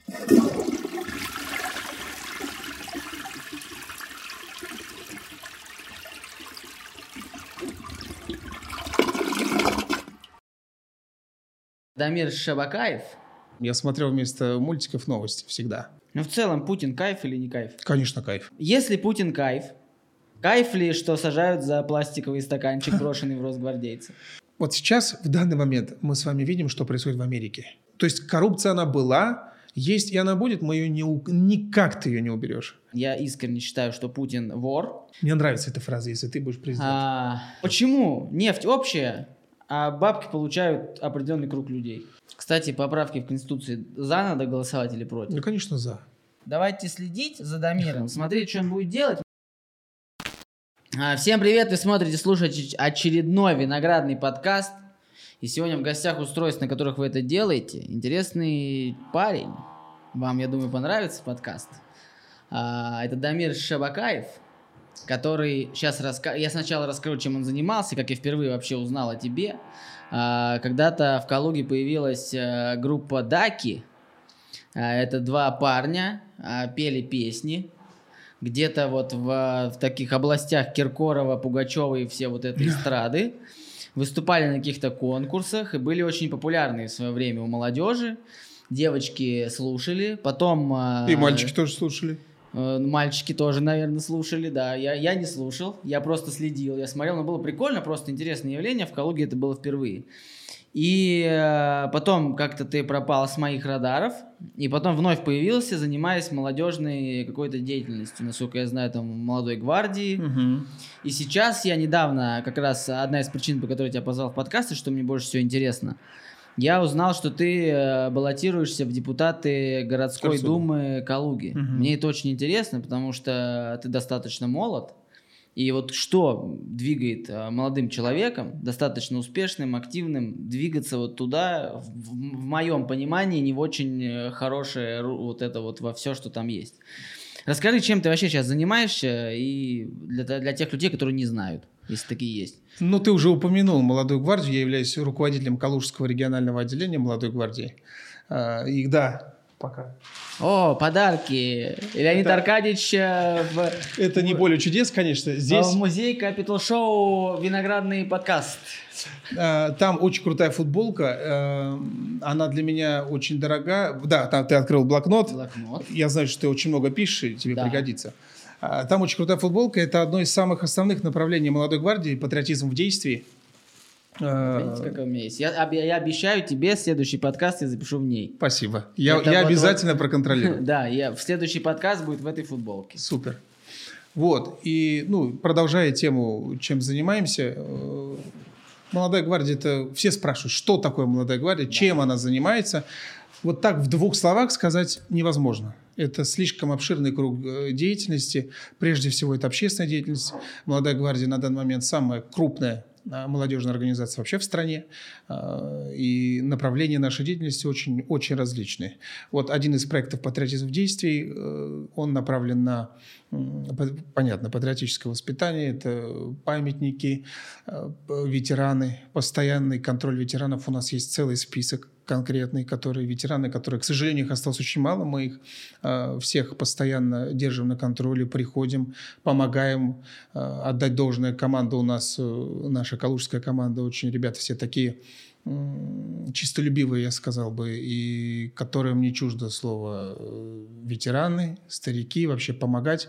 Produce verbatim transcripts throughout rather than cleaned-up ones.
Дамир Шабакаев. Я смотрел вместо мультиков новости всегда. Ну, в целом, Путин кайф или не кайф? Конечно, кайф. Если Путин кайф, кайф ли, что сажают за пластиковый стаканчик, брошенный в росгвардейца? Вот сейчас, в данный момент, мы с вами видим, что происходит в Америке. То есть коррупция, она была, есть и она будет, мы ее не, никак ты ее не уберешь. Я искренне считаю, что Путин вор. Мне нравится эта фраза, если ты будешь президентом. А, почему нефть общая, а бабки получают определенный круг людей? Кстати, поправки в Конституции за надо голосовать или против? Ну, конечно, за. Давайте следить за Дамиром, смотреть, что он будет делать. Всем привет, вы смотрите, слушаете очередной виноградный подкаст. И сегодня в гостях устройств, на которых вы это делаете, интересный парень. Вам, я думаю, понравится подкаст. Это Дамир Шабакаев, который сейчас раска... Я сначала расскажу, чем он занимался, как я впервые вообще узнал о тебе. Когда-то в Калуге появилась группа Даки. Это два парня, пели песни. Где-то вот в, в таких областях Киркорова, Пугачева и все вот этой эстрады. Выступали на каких-то конкурсах и были очень популярны в свое время у молодежи. Девочки слушали, потом... И мальчики тоже слушали. Мальчики тоже, наверное, слушали, да. Я, я не слушал, я просто следил, я смотрел, но было прикольно, просто интересное явление. В Калуге это было впервые. И э, потом как-то ты пропал с моих радаров, и потом вновь появился, занимаясь молодежной какой-то деятельностью, насколько я знаю, там, молодой гвардии. Угу. И сейчас я недавно, как раз одна из причин, по которой я тебя позвал в подкасты, что мне больше всего интересно, я узнал, что ты э, баллотируешься в депутаты городской Корсуда. Думы Калуги. Угу. Мне это очень интересно, потому что ты достаточно молод. И вот что двигает э, молодым человеком, достаточно успешным, активным, двигаться вот туда, в, в моем понимании, не в очень хорошее вот это вот во все, что там есть. Расскажи, чем ты вообще сейчас занимаешься, и для, для тех людей, которые не знают, если такие есть. Ну, ты уже упомянул Молодую гвардию. Я являюсь руководителем Калужского регионального отделения Молодой гвардии. И да, пока. О, подарки! Леонид это, Аркадьевич в... Это не поле чудес, конечно. Здесь... В музей Capital Show «Виноградный подкаст». Там очень крутая футболка. Она для меня очень дорога. Да, там ты открыл блокнот. Блокнот. Я знаю, что ты очень много пишешь, и тебе да. пригодится. Там очень крутая футболка. Это одно из самых основных направлений Молодой гвардии. Патриотизм в действии. Видите, какая у меня есть. Я, я обещаю тебе следующий подкаст я запишу в ней. Спасибо. Я, Это я вот обязательно вот... проконтролирую. Да, я... в следующий подкаст будет в этой футболке. Супер. Вот. И, ну, продолжая тему, чем занимаемся. Молодая гвардия, это все спрашивают, что такое Молодая гвардия, да. Чем она занимается. Вот так в двух словах сказать невозможно. Это слишком обширный круг деятельности. Прежде всего, это общественная деятельность. Молодая гвардия на данный момент самая крупная молодежная организация вообще в стране. И направления нашей деятельности очень, очень различные. Вот один из проектов «Патриотизм в действии», он направлен на, понятно, патриотическое воспитание. Это памятники, ветераны, постоянный контроль ветеранов. У нас есть целый список конкретные, которые ветераны, которые, к сожалению, их осталось очень мало. Мы их э, всех постоянно держим на контроле, приходим, помогаем. Э, отдать должное, команда у нас, э, наша калужская команда, очень ребята все такие э, чистолюбивые, я сказал бы, и которым не чуждо слово э, ветераны, старики, вообще помогать.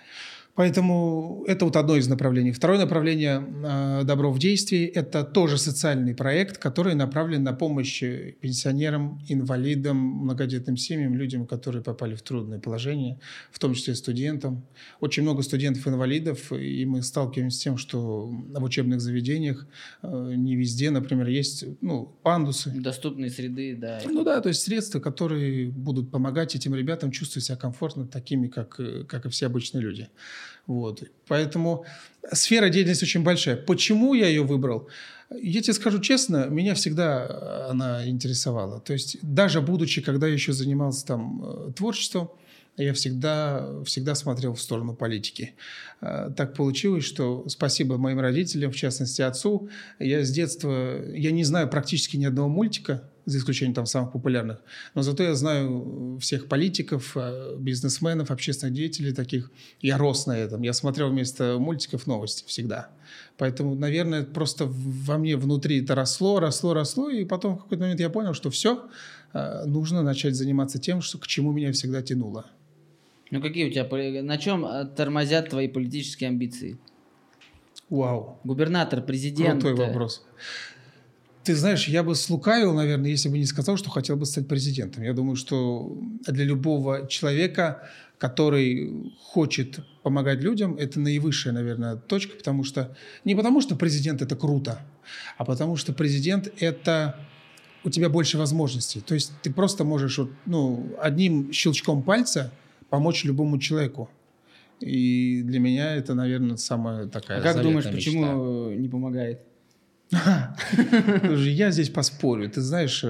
Поэтому это вот одно из направлений. Второе направление э, «Добро в действии» – это тоже социальный проект, который направлен на помощь пенсионерам, инвалидам, многодетным семьям, людям, которые попали в трудное положение, в том числе студентам. Очень много студентов-инвалидов, и мы сталкиваемся с тем, что в учебных заведениях э, не везде, например, есть ну, пандусы. Доступные среды, да. Ну да, то есть средства, которые будут помогать этим ребятам чувствовать себя комфортно, такими, как, как и все обычные люди. Вот. Поэтому сфера деятельности очень большая. Почему я ее выбрал? Я тебе скажу честно, меня всегда она интересовала. То есть даже будучи, когда я еще занимался там творчеством, я всегда, всегда смотрел в сторону политики. Так получилось, что спасибо моим родителям, в частности отцу, я с детства, я не знаю практически ни одного мультика за исключением там самых популярных. Но зато я знаю всех политиков, бизнесменов, общественных деятелей таких. Я рос на этом. Я смотрел вместо мультиков новости всегда. Поэтому, наверное, просто во мне внутри это росло, росло, росло. И потом в какой-то момент я понял, что все, нужно начать заниматься тем, что, к чему меня всегда тянуло. Ну какие у тебя, на чем тормозят твои политические амбиции? Вау. Губернатор, президент. Крутой вопрос. Ты знаешь, я бы слукавил, наверное, если бы не сказал, что хотел бы стать президентом. Я думаю, что для любого человека, который хочет помогать людям, это наивысшая, наверное, точка, потому что не потому, что президент – это круто, а потому что президент – это у тебя больше возможностей. То есть ты просто можешь ну, одним щелчком пальца помочь любому человеку. И для меня это, наверное, самая такая заветная мечта. А как думаешь, почему не помогает? Слушай, я здесь поспорю. Ты знаешь,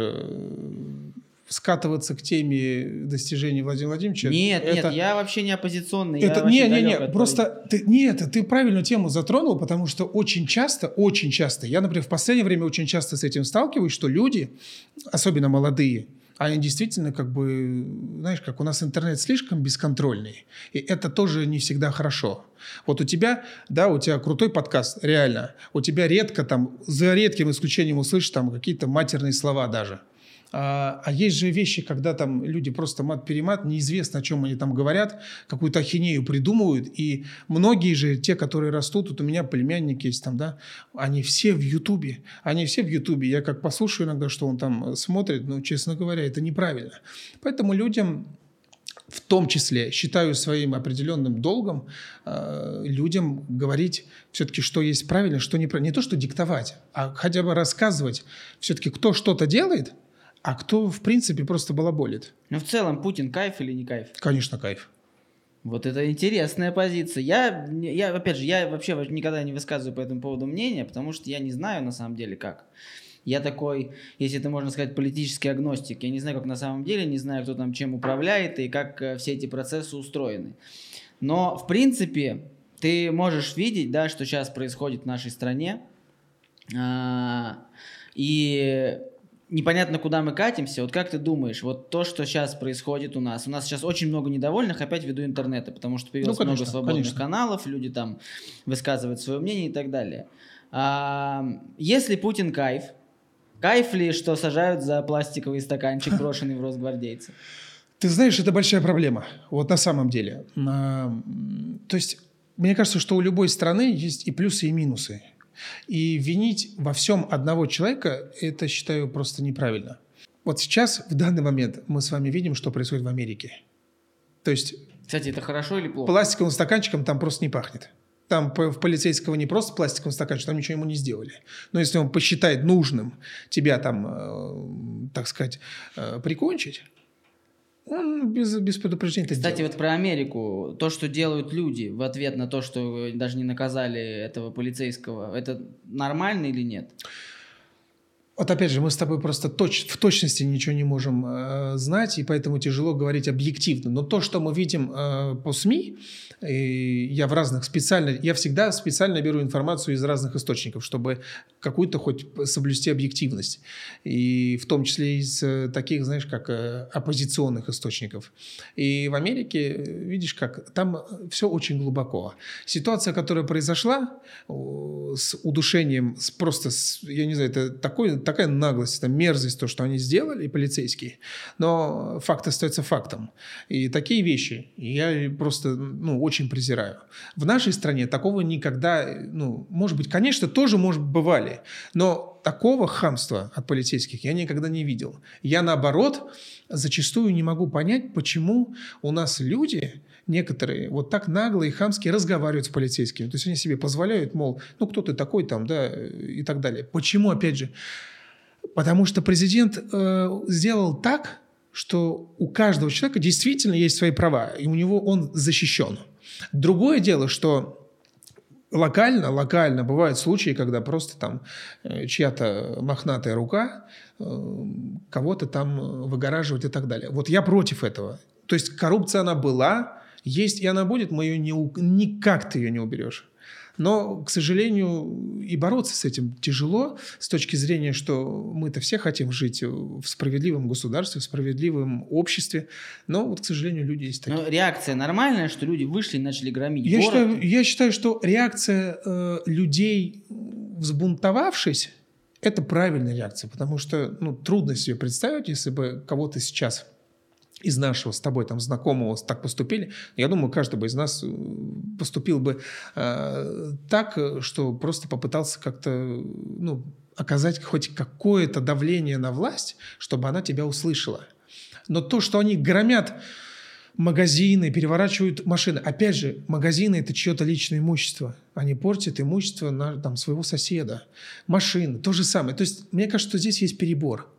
скатываться к теме достижений Владимира Владимировича... Нет, это, нет, я вообще не оппозиционный. Это, я не, не, не, просто... Ты, нет, ты правильную тему затронул, потому что очень часто, очень часто, я, например, в последнее время очень часто с этим сталкиваюсь, что люди, особенно молодые, они действительно как бы, знаешь, как у нас интернет слишком бесконтрольный, и это тоже не всегда хорошо. Вот у тебя, да, у тебя крутой подкаст, реально, у тебя редко там, за редким исключением услышишь там какие-то матерные слова даже. А, а есть же вещи, когда там люди просто мат-перемат, неизвестно, о чем они там говорят, какую-то ахинею придумывают, и многие же, те, которые растут, вот у меня племянник есть там, да, они все в Ютубе, они все в Ютубе, я как послушаю иногда, что он там смотрит, но, честно говоря, это неправильно. Поэтому людям, в том числе, считаю своим определенным долгом э, людям говорить все-таки, что есть правильно, что неправильно. Не то, что диктовать, а хотя бы рассказывать все-таки, кто что-то делает, а кто, в принципе, просто балаболит. Ну, в целом, Путин кайф или не кайф? Конечно, кайф. Вот это интересная позиция. Я, я, опять же, я вообще никогда не высказываю по этому поводу мнения, потому что я не знаю, на самом деле, как. Я такой, если это можно сказать, политический агностик. Я не знаю, как на самом деле, не знаю, кто там чем управляет и как все эти процессы устроены. Но, в принципе, ты можешь видеть, да, что сейчас происходит в нашей стране. А, и... непонятно, куда мы катимся. Вот как ты думаешь, вот то, что сейчас происходит у нас, у нас сейчас очень много недовольных, опять ввиду интернета, потому что появилось ну, конечно, много свободных конечно. каналов, люди там высказывают свое мнение и так далее. А, если Путин кайф, кайф ли, что сажают за пластиковый стаканчик, брошенный в росгвардейца? Ты знаешь, это большая проблема, вот на самом деле. А, то есть, мне кажется, что у любой страны есть и плюсы, и минусы. И винить во всем одного человека, это, считаю, просто неправильно. Вот сейчас, в данный момент, мы с вами видим, что происходит в Америке. То есть... Кстати, это хорошо или плохо? Пластиковым стаканчиком там просто не пахнет. Там в полицейского не просто пластиковым стаканчиком, там ничего ему не сделали. Но если он посчитает нужным тебя там, э, так сказать, э, прикончить... Он без, без предупреждения это Кстати, делает. Вот про Америку. То, что делают люди в ответ на то, что даже не наказали этого полицейского, это нормально или нет? Вот опять же, мы с тобой просто точ, в точности ничего не можем э, знать, и поэтому тяжело говорить объективно. Но то, что мы видим э, по СМИ, и я в разных специально, я всегда специально беру информацию из разных источников, чтобы какую-то хоть соблюсти объективность. И в том числе из таких, знаешь, как э, оппозиционных источников. И в Америке, видишь, как там все очень глубоко. Ситуация, которая произошла э, с удушением, с, просто, с, я не знаю, это такой... такая наглость, это мерзость, то, что они сделали, полицейские. Но факт остается фактом. И такие вещи я просто ну, очень презираю. В нашей стране такого никогда, ну, может быть, конечно, тоже, может, бывали, но такого хамства от полицейских я никогда не видел. Я, наоборот, зачастую не могу понять, почему у нас люди... некоторые вот так нагло и хамски разговаривают с полицейскими. То есть они себе позволяют, мол, ну, кто ты такой там, да, и так далее. Почему, опять же? Потому что президент э, сделал так, что у каждого человека действительно есть свои права, и у него он защищен. Другое дело, что локально, локально бывают случаи, когда просто там э, чья-то мохнатая рука э, кого-то там выгораживает и так далее. Вот я против этого. То есть коррупция она была, есть и она будет, мы ее не, никак ты ее не уберешь. Но, к сожалению, и бороться с этим тяжело с точки зрения, что мы-то все хотим жить в справедливом государстве, в справедливом обществе. Но вот, к сожалению, люди есть такие. Но реакция нормальная, что люди вышли и начали громить Я город? считаю, я считаю, что реакция э, людей, взбунтовавшись, это правильная реакция, потому что ну, трудно себе представить, если бы кого-то сейчас из нашего с тобой там знакомого так поступили. Я думаю, каждый бы из нас поступил бы э, так, что просто попытался как-то ну, оказать хоть какое-то давление на власть, чтобы она тебя услышала. Но то, что они громят магазины, переворачивают машины. Опять же, магазины – это чье-то личное имущество. Они портят имущество на, там, своего соседа. Машины – то же самое. То есть, мне кажется, что здесь есть перебор.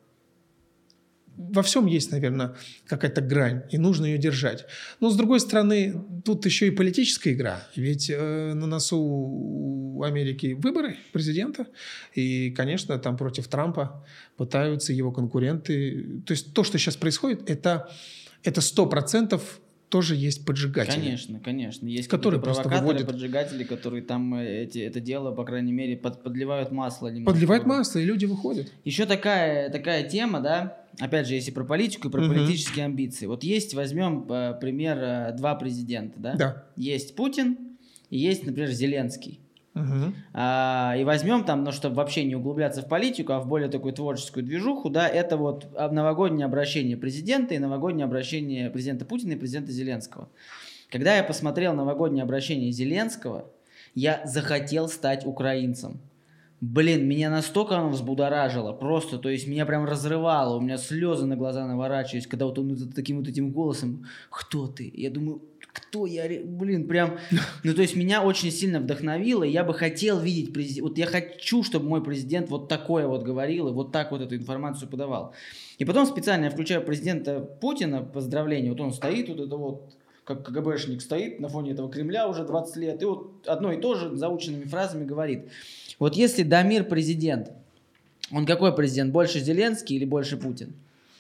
Во всем есть, наверное, какая-то грань, и нужно ее держать. Но, с другой стороны, тут еще и политическая игра. Ведь э, на носу у Америки выборы президента, и, конечно, там против Трампа пытаются его конкуренты. То есть, то, что сейчас происходит, это... Это сто процентов тоже есть поджигатели. Конечно, конечно. Есть которые провокаторы, выводят... поджигатели, которые там эти, это дело, по крайней мере, под, подливают масло. Подливают масло, и люди выходят. Еще такая, такая тема, да, опять же, если про политику и про угу. политические амбиции. Вот есть, возьмем э, пример, э, два президента, да? Да. Есть Путин и есть, например, Зеленский. Угу. А, и возьмем там, ну, чтобы вообще не углубляться в политику, а в более такую творческую движуху, да, это вот новогоднее обращение президента и новогоднее обращение президента Путина и президента Зеленского. Когда я посмотрел новогоднее обращение Зеленского, я захотел стать украинцем. Блин, меня настолько оно взбудоражило, просто, то есть меня прям разрывало, у меня слезы на глаза наворачивались, когда вот он таким вот этим голосом «Кто ты?». Я думаю, кто я? Блин, прям, ну то есть меня очень сильно вдохновило, и я бы хотел видеть президента, вот я хочу, чтобы мой президент вот такое вот говорил и вот так вот эту информацию подавал. И потом специально я включаю президента Путина, поздравления, вот он стоит, вот это вот, как КГБшник стоит на фоне этого Кремля уже двадцать лет, и вот одно и то же заученными фразами говорит. Вот если Дамир президент, он какой президент? Больше Зеленский или больше Путин?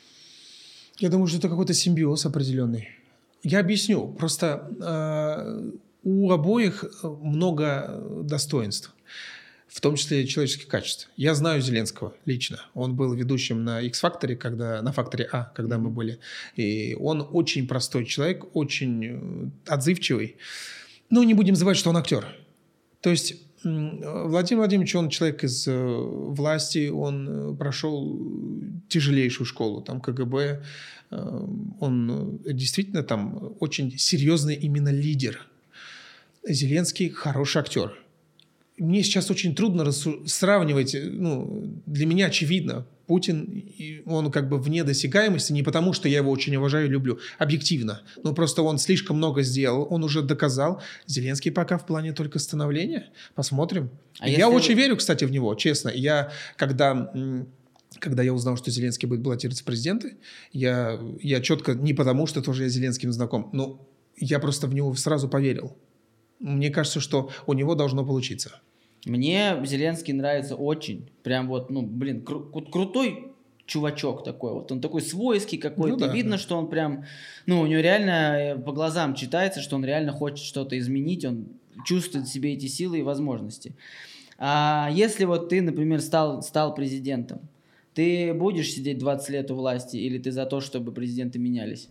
Я думаю, что это какой-то симбиоз определенный. Я объясню. Просто э, у обоих много достоинств, в том числе человеческих качеств. Я знаю Зеленского лично. Он был ведущим на X-Factor, когда, на Факторе А, когда мы были. И он очень простой человек, очень отзывчивый. Но не будем забывать, что он актер. То есть Владимир Владимирович, он человек из э, власти, он прошел тяжелейшую школу, там КГБ, э, он действительно там очень серьезный именно лидер. Зеленский хороший актер. Мне сейчас очень трудно рассу- сравнивать, ну, для меня очевидно, Путин, он как бы вне досягаемости, не потому, что я его очень уважаю и люблю, объективно. Но просто он слишком много сделал, он уже доказал. Зеленский пока в плане только становления. Посмотрим. А я если... очень верю, кстати, в него, честно. Я, когда, когда я узнал, что Зеленский будет баллотироваться в президенты, я, я четко, не потому, что тоже я с Зеленским знаком, но я просто в него сразу поверил. Мне кажется, что у него должно получиться. Мне Зеленский нравится очень. Прям вот, ну, блин, кру- крутой чувачок такой. Вот он такой свойский какой-то. Ну, да, видно, да. что он прям... Ну, у него реально по глазам читается, что он реально хочет что-то изменить. Он чувствует в себе эти силы и возможности. А если вот ты, например, стал, стал президентом, ты будешь сидеть двадцать лет у власти или ты за то, чтобы президенты менялись?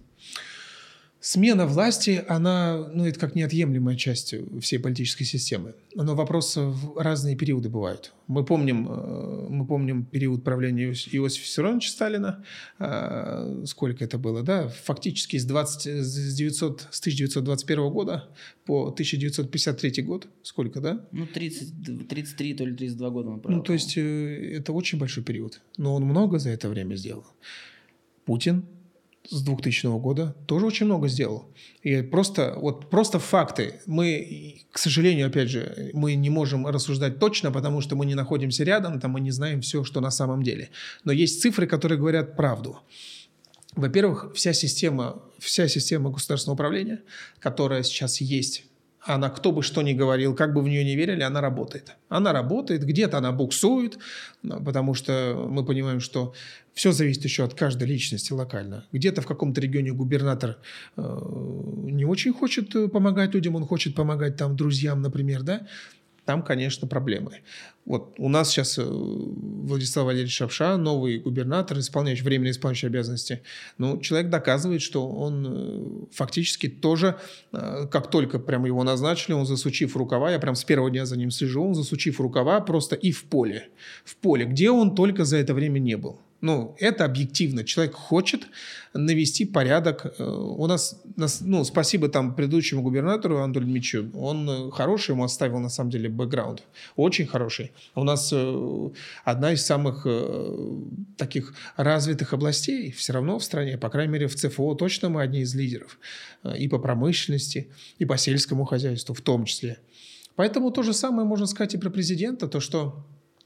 Смена власти, она, ну, это как неотъемлемая часть всей политической системы. Но вопросы в разные периоды бывают. Мы помним, мы помним период правления Иосифа Виссарионовича Сталина. Сколько это было, да? Фактически с, двадцать, с, девятьсот, с тысяча девятьсот двадцать первого года по тысяча девятьсот пятьдесят третий год. Сколько, да? Ну, тридцать, тридцать три, то ли тридцать два года. Мы ну, то есть, это очень большой период. Но он много за это время сделал. Путин с двухтысячного года тоже очень много сделал. И просто, вот, просто факты. Мы, к сожалению, опять же, мы не можем рассуждать точно, потому что мы не находимся рядом, там мы не знаем все, что на самом деле. Но есть цифры, которые говорят правду. Во-первых, вся система, вся система государственного управления, которая сейчас есть, она, кто бы что ни говорил, как бы в нее не верили, она работает. Она работает, где-то она буксует, потому что мы понимаем, что все зависит еще от каждой личности локально. Где-то в каком-то регионе губернатор э, не очень хочет помогать людям, он хочет помогать там друзьям, например, да. там, конечно, проблемы. Вот у нас сейчас Владислав Валерьевич Шапша, новый губернатор, исполняющий, временно исполняющий обязанности. Ну, человек доказывает, что он фактически тоже, как только прям его назначили, он, засучив рукава, я прям с первого дня за ним слежу, он, засучив рукава, просто и в поле. В поле, где он только за это время не был. Ну, это объективно. Человек хочет навести порядок. У нас, ну, спасибо там предыдущему губернатору Андрею Дмитриевичу, он хороший, ему оставил на самом деле бэкграунд. Очень хороший. У нас одна из самых таких развитых областей все равно в стране, по крайней мере в ЦФО точно мы одни из лидеров. И по промышленности, и по сельскому хозяйству в том числе. Поэтому то же самое можно сказать и про президента, то что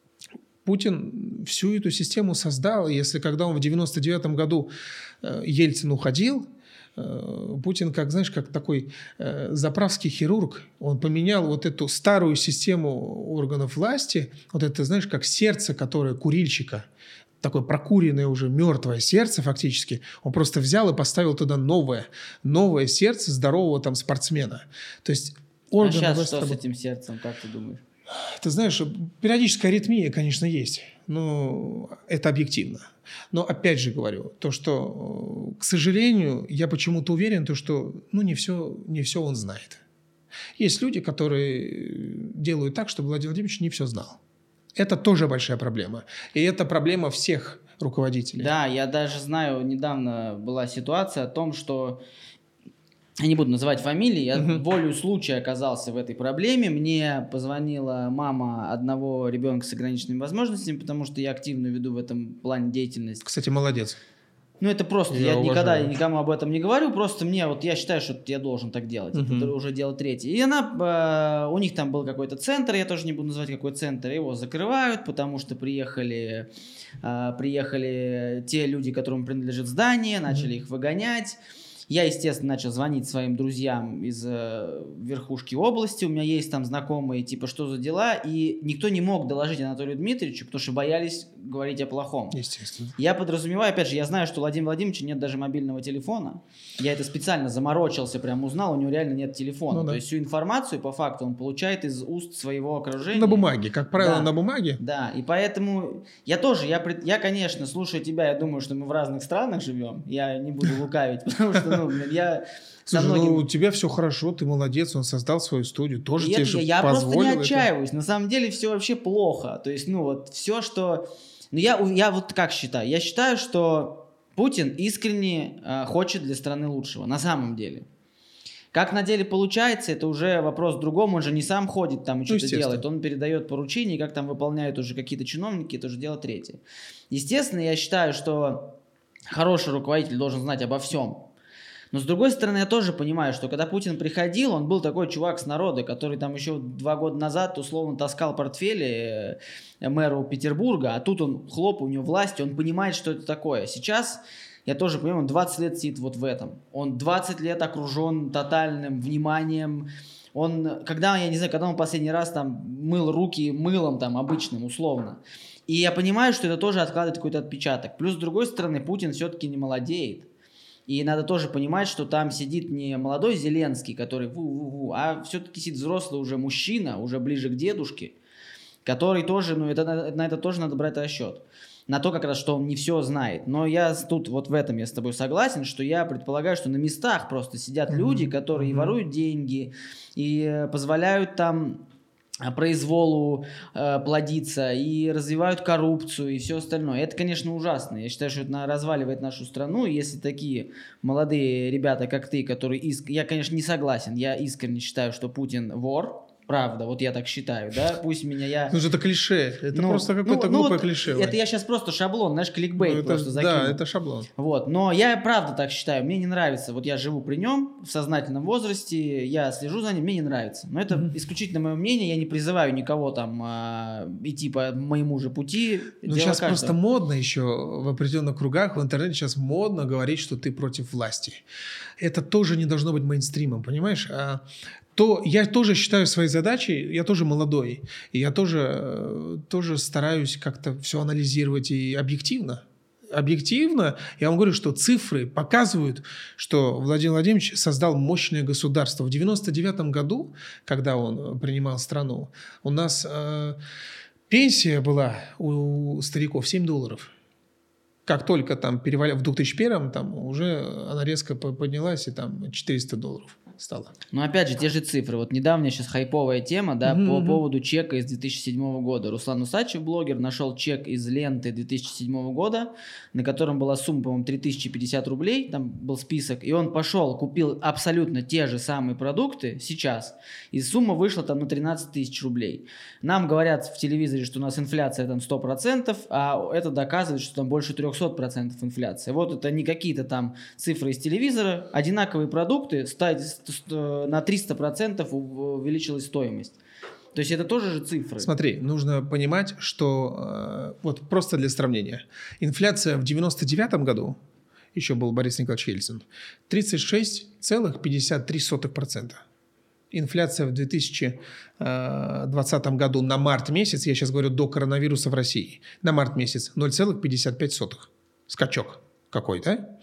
Путин всю эту систему создал. Если когда он в девяносто девятом году Ельцин уходил, Путин, как, знаешь, как такой заправский хирург, он поменял вот эту старую систему органов власти, вот это, знаешь, как сердце, которое курильщика, такое прокуренное уже мертвое сердце фактически, он просто взял и поставил туда новое, новое сердце здорового там спортсмена. То есть органы а сейчас власти... что с этим сердцем, как ты думаешь? Ты знаешь, периодическая аритмия, конечно, есть, но это объективно. Но опять же говорю, то, что, к сожалению, я почему-то уверен, то, что ну, не все, не все он знает. Есть люди, которые делают так, чтобы Владимир Владимирович не все знал. Это тоже большая проблема. И это проблема всех руководителей. Да, я даже знаю, недавно была ситуация о том, что... Я не буду называть фамилии, я uh-huh. волею случая оказался в этой проблеме. Мне позвонила мама одного ребенка с ограниченными возможностями, потому что я активно веду в этом плане деятельность. Кстати, молодец. Ну, это просто, я, я никогда никому об этом не говорю, просто мне, вот я считаю, что я должен так делать. Uh-huh. Это уже дело третье. И она, э, у них там был какой-то центр, я тоже не буду называть какой центр, его закрывают, потому что приехали, э, приехали те люди, которым принадлежит здание, начали uh-huh. их выгонять. Я, естественно, начал звонить своим друзьям из э, верхушки области. У меня есть там знакомые, типа, что за дела. И никто не мог доложить Анатолию Дмитриевичу, потому что боялись говорить о плохом. Естественно. Я подразумеваю, опять же, я знаю, что у Владимира Владимировича нет даже мобильного телефона. Я это специально заморочился, прям узнал, у него реально нет телефона. Ну, да. То есть всю информацию, по факту, он получает из уст своего окружения. На бумаге, как правило, да. на бумаге. Да, и поэтому я тоже, я, я, конечно, слушаю тебя, я думаю, что мы в разных странах живем. Я не буду лукавить, потому что, ну, я... Слушай, многим... ну у тебя все хорошо, ты молодец, он создал свою студию, тоже и тебе это, же я позволил. Я просто не отчаиваюсь, это. На самом деле все вообще плохо. То есть, ну вот все, что... Ну я, я вот как считаю? Я считаю, что Путин искренне э, хочет для страны лучшего, на самом деле. Как на деле получается, это уже вопрос другому, он же не сам ходит там и что-то делает, он передает поручения, как там выполняют уже какие-то чиновники, это уже дело третье. Естественно, я считаю, что хороший руководитель должен знать обо всем. Но с другой стороны, я тоже понимаю, что когда Путин приходил, он был такой чувак с народа, который там еще два года назад условно таскал портфели мэру Петербурга, а тут он, хлоп, у него власть, он понимает, что это такое. Сейчас, я тоже понимаю, он двадцать лет сидит вот в этом. Он двадцать лет окружен тотальным вниманием. Он, когда, я не знаю, когда он последний раз там мыл руки мылом там обычным, условно. И я понимаю, что это тоже откладывает какой-то отпечаток. Плюс, с другой стороны, Путин все-таки не молодеет. И надо тоже понимать, что там сидит не молодой Зеленский, который ву-ву-ву, а все-таки сидит взрослый уже мужчина, уже ближе к дедушке, который тоже, ну, это, на это тоже надо брать расчет. На то, как раз, что он не все знает. Но я тут вот в этом я с тобой согласен, что я предполагаю, что на местах просто сидят mm-hmm. люди, которые mm-hmm. и воруют деньги, и позволяют там произволу э, плодиться, и развивают коррупцию, и все остальное. Это, конечно, ужасно. Я считаю, что это разваливает нашу страну. И если такие молодые ребята, как ты, которые... Иск... Я, конечно, не согласен. Я искренне считаю, что Путин вор. Правда, вот я так считаю, да, пусть меня я... Ну, это клише, это ну, просто какое-то ну, глупое ну, клише. Это я сейчас просто шаблон, знаешь, кликбейт ну, это, просто закинул. Да, это шаблон. Вот, но я правда так считаю, мне не нравится, вот я живу при нем в сознательном возрасте, я слежу за ним, мне не нравится. Но это mm-hmm. исключительно мое мнение, я не призываю никого там а, идти по моему же пути. Ну, сейчас каждого. Просто модно еще в определенных кругах, в интернете сейчас модно говорить, что ты против власти. Это тоже не должно быть мейнстримом, понимаешь? А то я тоже считаю своей задачей, я тоже молодой, и я тоже, тоже стараюсь как-то все анализировать и объективно. объективно, я вам говорю, что цифры показывают, что Владимир Владимирович создал мощное государство. В девяносто девятом году, когда он принимал страну, у нас э, пенсия была у стариков семь долларов. Как только там перевалил в две тысячи первом, там уже она резко поднялась, и там четыреста долларов стало. Но опять же, те же цифры. Вот недавняя сейчас хайповая тема, да, Mm-hmm. по поводу чека из две тысячи седьмого года. Руслан Усачев, блогер, нашел чек из ленты две тысячи седьмого года, на котором была сумма, по-моему, три тысячи пятьдесят рублей, там был список, и он пошел, купил абсолютно те же самые продукты сейчас, и сумма вышла там на тринадцать тысяч рублей. Нам говорят в телевизоре, что у нас инфляция там сто процентов, а это доказывает, что там больше триста процентов инфляция. Вот это не какие-то там цифры из телевизора, одинаковые продукты, на триста процентов увеличилась стоимость. То есть это тоже же цифры. Смотри, нужно понимать, что э, вот просто для сравнения. Инфляция в девяносто девятом году, еще был Борис Николаевич Ельцин, тридцать шесть целых пятьдесят три сотых процента. Инфляция в две тысячи двадцатом году на март месяц, я сейчас говорю до коронавируса в России, на март месяц ноль целых пятьдесят пять сотых. Скачок какой, да?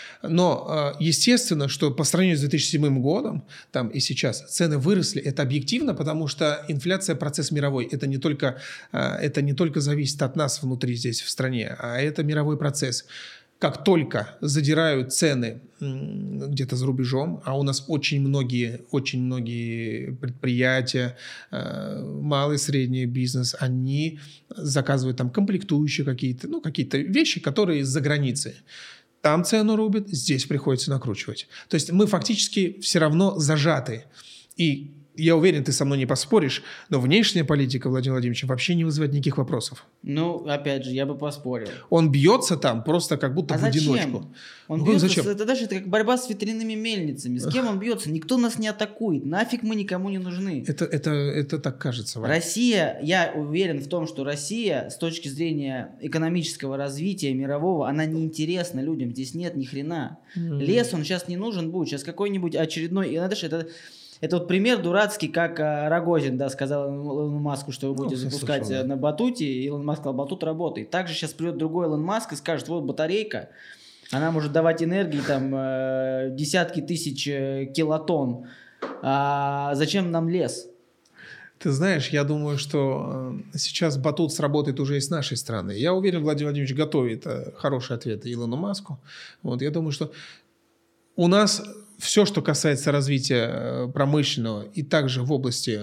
Но, естественно, что по сравнению с две тысячи седьмым годом, там и сейчас цены выросли. Это объективно, потому что инфляция – процесс мировой. Это не только, это не только зависит от нас внутри здесь в стране, а это мировой процесс. Как только задирают цены где-то за рубежом, а у нас очень многие, очень многие предприятия, малый и средний бизнес, они заказывают там комплектующие какие-то, ну, какие-то вещи, которые из-за границы. Там цену рубят, здесь приходится накручивать. То есть мы фактически все равно зажаты. И я уверен, ты со мной не поспоришь, но внешняя политика Владимира Владимировича вообще не вызывает никаких вопросов. Ну, опять же, я бы поспорил. Он бьется там просто как будто а в зачем? одиночку. Он ну, бьется, зачем? Это даже это как борьба с ветряными мельницами. С кем он бьется? Никто нас не атакует. Нафиг мы никому не нужны. Это, это, это так кажется. Ваня. Россия, я уверен в том, что Россия с точки зрения экономического развития мирового, она неинтересна людям. Здесь нет ни хрена. Mm. Лес, он сейчас не нужен будет. Сейчас какой-нибудь очередной... Это... Это вот пример дурацкий, как а, Рогозин, да, сказал Илону Маску, что вы будете ну, запускать слышал, да. на батуте, и Илон Маск сказал, батут работает. Также сейчас придет другой Илон Маск и скажет, вот батарейка, она может давать энергии там э, десятки тысяч э, килотонн, а зачем нам лес? Ты знаешь, я думаю, что э, сейчас батут сработает уже и с нашей стороны. Я уверен, Владимир Владимирович готовит э, хороший ответ Илону Маску. Вот, я думаю, что у нас... Все, что касается развития промышленного и также в области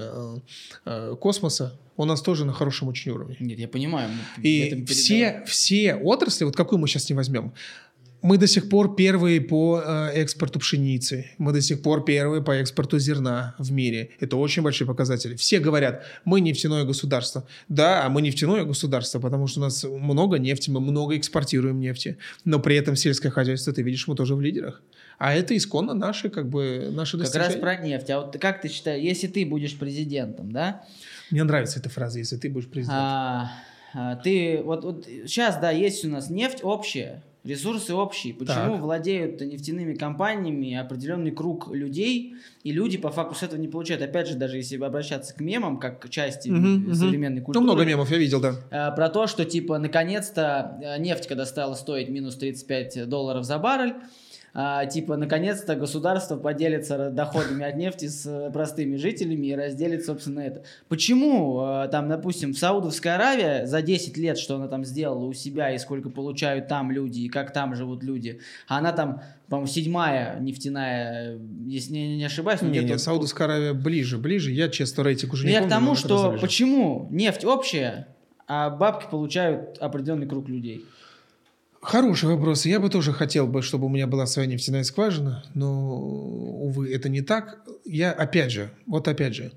э, космоса, у нас тоже на хорошем очень уровне. Нет, я понимаю. И все, все отрасли, вот какую мы сейчас не возьмем, мы до сих пор первые по э, экспорту пшеницы, мы до сих пор первые по экспорту зерна в мире. Это очень большие показатели. Все говорят, мы нефтяное государство. Да, мы нефтяное государство, потому что у нас много нефти, мы много экспортируем нефти. Но при этом сельское хозяйство, ты видишь, мы тоже в лидерах. А это исконно наши, как бы, наши достижения. Как раз про нефть. А вот как ты считаешь, если ты будешь президентом, да? Мне нравится эта фраза, если ты будешь президентом. А, а, ты, вот, вот сейчас, да, есть у нас нефть общая, ресурсы общие. Почему так. владеют нефтяными компаниями определенный круг людей, и люди по факту с этого не получают? Опять же, даже если обращаться к мемам, как к части угу, современной угу. культуры. Ну, много мемов я видел, да. А, про то, что, типа, наконец-то нефть, когда стала стоить минус тридцать пять долларов за баррель, А, типа, наконец-то государство поделится доходами от нефти с простыми жителями и разделит, собственно, это. Почему, а, там, допустим, в Саудовской Аравии за десять лет, что она там сделала у себя, и сколько получают там люди, и как там живут люди, а она там, по-моему, седьмая нефтяная, если не, не ошибаюсь. Не, не, Саудовская Аравия ближе, ближе. Я, честно, рейтинг уже не я помню. Я к тому, что почему нефть общая, а бабки получают определенный круг людей. Хороший вопрос. Я бы тоже хотел бы, чтобы у меня была своя нефтяная скважина, но, увы, это не так. Я, опять же, вот опять же,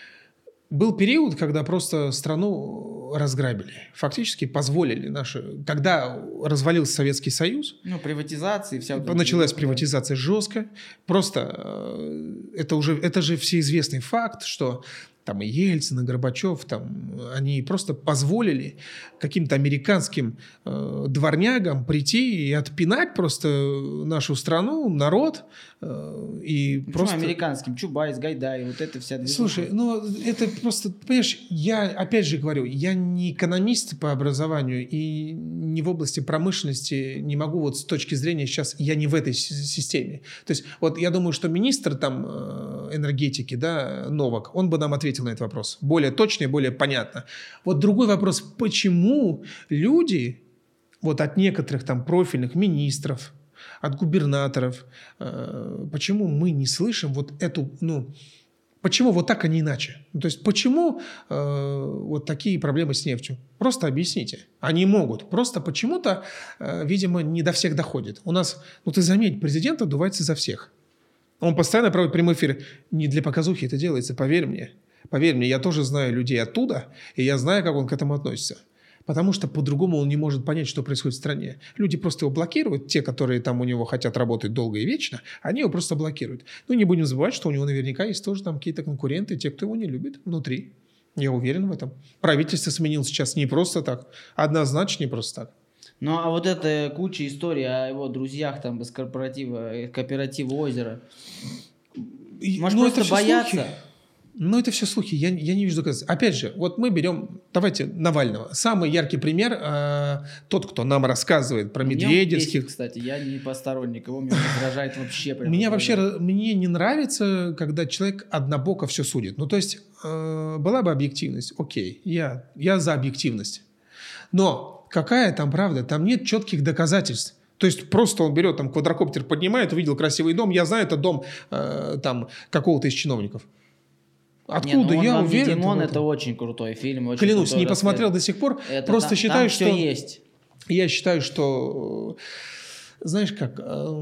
был период, когда просто страну разграбили. Фактически позволили наши... Когда развалился Советский Союз... Ну, приватизация и вся... Началась приватизация жесткая. Просто это уже... Это же всеизвестный факт, что там и Ельцин, и Горбачев, там, они просто позволили каким-то американским э, дворнягам прийти и отпинать просто нашу страну, народ. Э, и Почему просто... американским? Чубайс, Гайдай, вот это вся движуха. Слушай, ну это просто, понимаешь, я опять же говорю, я не экономист по образованию и не в области промышленности не могу вот с точки зрения сейчас, я не в этой системе. То есть вот я думаю, что министр там энергетики, да, Новак, он бы нам ответил на этот вопрос. Более точно и более понятно. Вот другой вопрос, почему люди вот от некоторых там профильных министров, от губернаторов, э, почему мы не слышим вот эту, ну, почему вот так, а не иначе? Ну, то есть почему э, вот такие проблемы с нефтью? Просто объясните. Они могут. Просто почему-то, э, видимо, не до всех доходит. У нас, ну ты заметь, президент отдувается за всех. Он постоянно проводит прямой эфир. Не для показухи это делается, поверь мне. Поверь мне, я тоже знаю людей оттуда, и я знаю, как он к этому относится. Потому что по-другому он не может понять, что происходит в стране. Люди просто его блокируют, те, которые там у него хотят работать долго и вечно, они его просто блокируют. Ну, не будем забывать, что у него наверняка есть тоже там какие-то конкуренты, те, кто его не любит внутри. Я уверен в этом. Правительство сменил сейчас не просто так, однозначно не просто так. Ну, а вот эта куча историй о его друзьях там из корпоратива, кооператива «Озеро». Может, ну, просто боятся? Слухи. Ну, это все слухи, я, я не вижу доказательств. Опять же, вот мы берем, давайте, Навального. Самый яркий пример, э, тот, кто нам рассказывает про Медведевских. Бесит, кстати, я не посторонник, его меня раздражает вообще. Меня вообще, мне не нравится, когда человек однобоко все судит. Ну, то есть, э, была бы объективность, окей, я, я за объективность. Но какая там правда? Там нет четких доказательств. То есть просто он берет, там, квадрокоптер поднимает, увидел красивый дом, я знаю, это дом э, там какого-то из чиновников. Откуда? Нет, ну я он, уверен. Димон, это очень крутой фильм. Очень Клянусь, крутой не посмотрел до сих пор. это просто там, считаю, там что... все есть. Я считаю, что... Знаешь как... Э,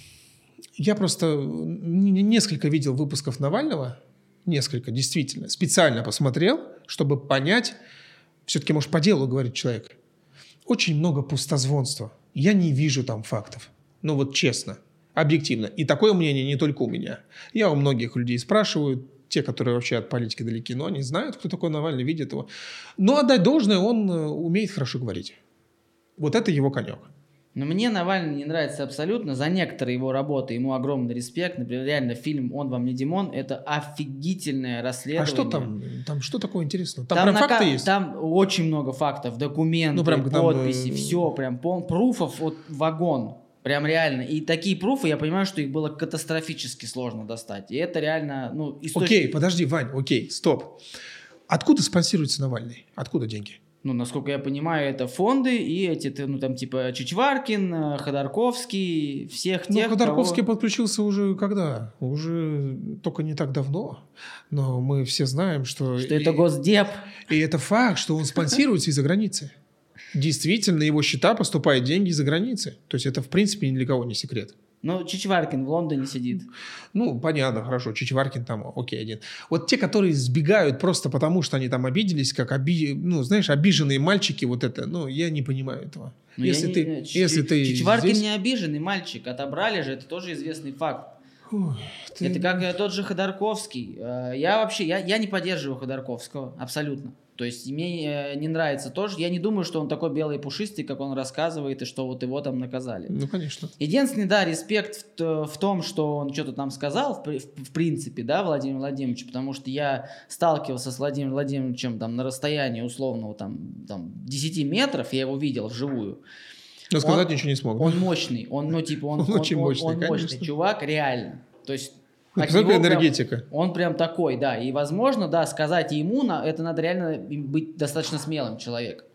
я просто несколько видел выпусков Навального. Несколько, действительно. Специально посмотрел, чтобы понять... Все-таки, может, по делу говорит человек. Очень много пустозвонства. Я не вижу там фактов. Ну вот честно, объективно. И такое мнение не только у меня. Я у многих людей спрашиваю, те, которые вообще от политики далеки, но они знают, кто такой Навальный, видят его. Но отдать должное, он умеет хорошо говорить. Вот это его конек. Но мне Навальный не нравится абсолютно. За некоторые его работы ему огромный респект. Например, реально фильм «Он вам не Димон» — это офигительное расследование. А что там? Там что такое интересного? Там, там прям на, факты есть? Там очень много фактов, документы, ну, прям, подписи, там, все, прям пол, пруфов от вагон. Прям реально. И такие пруфы, я понимаю, что их было катастрофически сложно достать. И это реально, ну, источник... Окей, подожди, Вань, окей, стоп. Откуда спонсируется Навальный? Откуда деньги? Ну, насколько я понимаю, это фонды и эти, ну, там, типа, Чичваркин, Ходорковский, всех тех, Ну, Ходорковский кого... подключился уже когда? Уже только не так давно. Но мы все знаем, что... Что и, это Госдеп. И это факт, что он спонсируется из-за границы. Действительно, его счета поступают деньги из-за границы. То есть это, в принципе, ни для кого не секрет. Ну, Чичваркин в Лондоне сидит. Ну, понятно, хорошо. Чичваркин там, окей, один. Вот те, которые сбегают просто потому, что они там обиделись, как, оби... ну, знаешь, обиженные мальчики, вот это, ну, я не понимаю этого. Но если ты, не... если Ч... ты Чичваркин здесь... не обиженный мальчик. Отобрали же, это тоже известный факт. Ой, ты... Это как тот же Ходорковский. Я вообще, я, я не поддерживаю Ходорковского, абсолютно. То есть мне не нравится тоже. Я не думаю, что он такой белый и пушистый, как он рассказывает, и что вот его там наказали. Ну, конечно. Единственный, да, респект в, в том, что он что-то там сказал, в, в, в принципе, да, Владимир Владимирович, потому что я сталкивался с Владимиром Владимировичем там на расстоянии условного там, там десяти метров, я его видел вживую. Но сказать он, ничего не смог. Он мощный, он, ну, типа, он, он, он очень он, мощный, он, он мощный чувак, реально. То есть Посмотри, энергетика. Прям, он прям такой, да. И, возможно, да, сказать ему, на, это надо реально быть достаточно смелым человеком.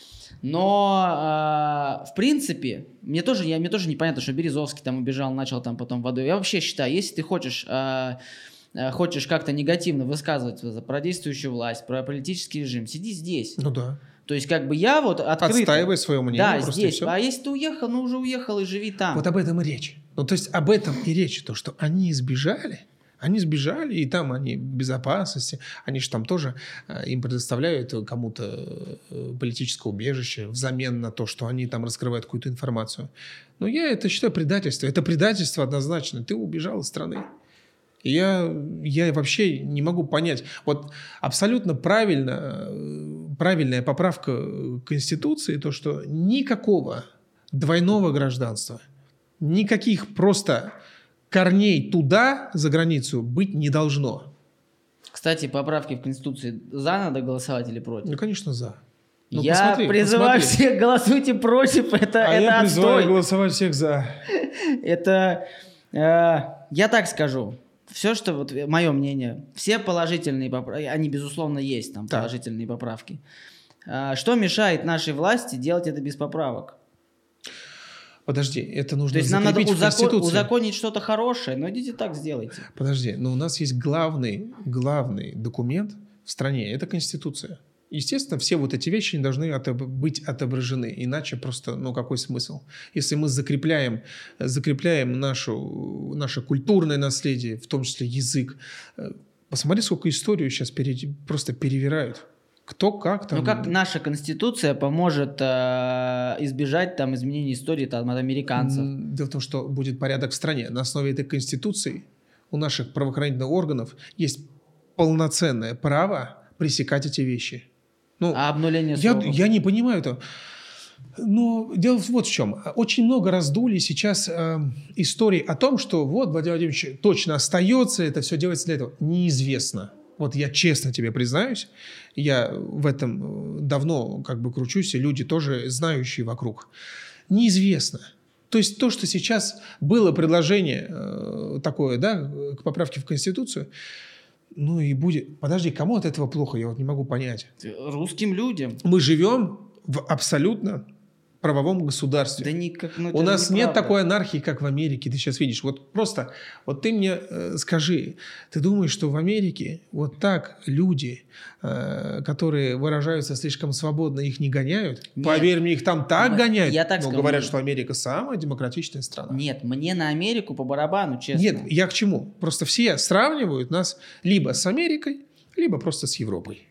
Но, э, в принципе, мне тоже, я, мне тоже непонятно, что Березовский там убежал, начал там потом водой. Я вообще считаю, если ты хочешь, э, э, хочешь как-то негативно высказываться про действующую власть, про политический режим, сиди здесь. Ну да. То есть, как бы я вот открыто... Отстаивай свое мнение. Да, здесь. А если ты уехал, ну уже уехал и живи там. Вот об этом и речь. Ну, то есть, об этом и речь. То, что они избежали, они сбежали, и там они в безопасности. Они же там тоже, им предоставляют кому-то политическое убежище взамен на то, что они там раскрывают какую-то информацию. Но я это считаю предательством. Это предательство однозначно. Ты убежал из страны. Я, я вообще не могу понять. Вот абсолютно правильно, правильная поправка Конституции, то, что никакого двойного гражданства, никаких просто корней туда, за границу, быть не должно. Кстати, поправки в Конституции за надо голосовать или против? Ну, конечно, за. Ну, я посмотри, призываю посмотри. всех, голосуйте против, это, А это я призываю отстой. голосовать всех за. Это, э, я так скажу, все, что вот мое мнение, все положительные поправки, они безусловно есть там Так. положительные поправки. Э, что мешает нашей власти делать это без поправок? Подожди, это нужно То есть нам надо закрепить в узакон- Конституции. узаконить что-то хорошее, но идите так сделайте. Подожди, но у нас есть главный, главный документ в стране, это Конституция. Естественно, все вот эти вещи не должны отоб- быть отображены, иначе просто, ну, какой смысл? Если мы закрепляем, закрепляем нашу, наше культурное наследие, в том числе язык, э, посмотри, сколько историю сейчас пере- просто перевирают. Кто как там... Ну как наша Конституция поможет э, избежать там изменений истории там, от американцев? М, Дело в том, что будет порядок в стране. На основе этой Конституции у наших правоохранительных органов есть полноценное право пресекать эти вещи. Ну, А обнуление я, сроков? я не понимаю этого. Но дело вот в чем. Очень много раздули сейчас э, историй о том, что вот Владимир Владимирович точно остается, это все делается для этого. Неизвестно. Вот я честно тебе признаюсь, я в этом давно как бы кручусь, и люди тоже знающие вокруг. Неизвестно. То есть то, что сейчас было предложение э, такое, да, к поправке в Конституцию, ну и будет... Подожди, кому от этого плохо? Я вот не могу понять. Русским людям. Мы живем в абсолютно правовом государстве. Да никак, ну, У это нас нет неправда. такой анархии, как в Америке. Ты сейчас видишь. Вот просто, вот ты мне э, скажи, ты думаешь, что в Америке вот так люди, э, которые выражаются слишком свободно, их не гоняют? Нет. Поверь мне, их там так Ну, гоняют. я так Но скажу. говорят, что Америка самая демократичная страна. Нет, мне на Америку по барабану, честно. Нет, я к чему? Просто все сравнивают нас либо с Америкой, либо просто с Европой.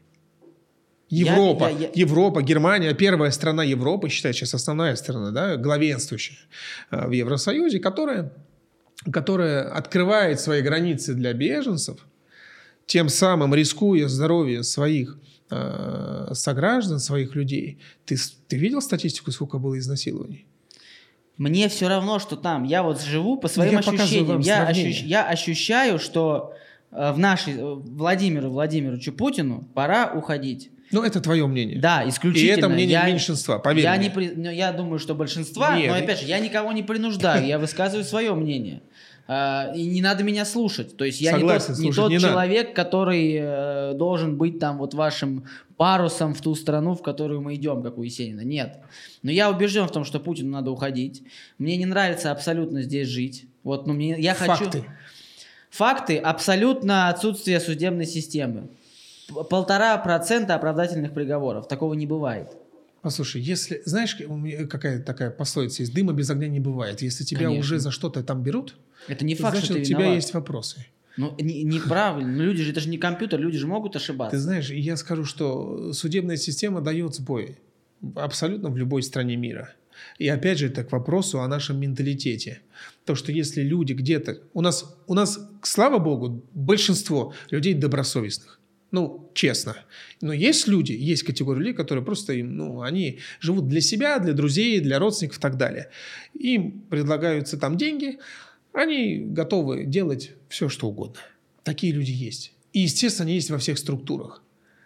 Европа, Я- я- я- Европа, Германия, первая страна Европы, считается сейчас основная страна, да, главенствующая э, в Евросоюзе, которая, которая открывает свои границы для беженцев, тем самым рискуя здоровье своих э, сограждан, своих людей. Ты, с- ты видел статистику, сколько было изнасилований? Мне все равно, что там. Я вот живу по своим Я показываю ощущениям. вам Я, сравнение. ощущ- я ощущаю, что э, в нашей э, Владимиру Владимировичу Путину пора уходить. Ну, это твое мнение. Да, исключительно. И это мнение я, меньшинства, поверь я мне. Не при- но я думаю, что большинства, Нет. но опять же, я никого не принуждаю, я высказываю свое мнение. А, И не надо меня слушать. То есть я не Согласен, тот, не слушать тот не надо. человек, который э, должен быть там вот вашим парусом в ту страну, в которую мы идем, как у Есенина. Нет. Но я убежден в том, что Путину надо уходить. Мне не нравится абсолютно здесь жить. Вот, ну, мне, я хочу... Факты. Факты абсолютно отсутствие судебной системы. П- Полтора процента оправдательных приговоров. Такого не бывает. Послушай, если... Знаешь, у меня какая такая пословица есть? Дыма без огня не бывает. Если тебя Конечно. уже за что-то там берут, Это не факт, значит, что ты у тебя виноват. есть вопросы. Ну, не- неправильно. Ну, люди же, это же не компьютер, люди же могут Ты ошибаться. знаешь, я скажу, что судебная система дает сбой абсолютно в любой стране мира. И опять же, это к вопросу о нашем менталитете. То, что если люди где-то... У нас, у нас, слава богу, большинство людей добросовестных. Ну, честно. Но есть люди, есть категория людей, которые просто, им, ну, они живут для себя, для друзей, для родственников и так далее. Им предлагаются там деньги, они готовы делать все, что угодно. Такие люди есть. И, естественно, они есть во всех структурах.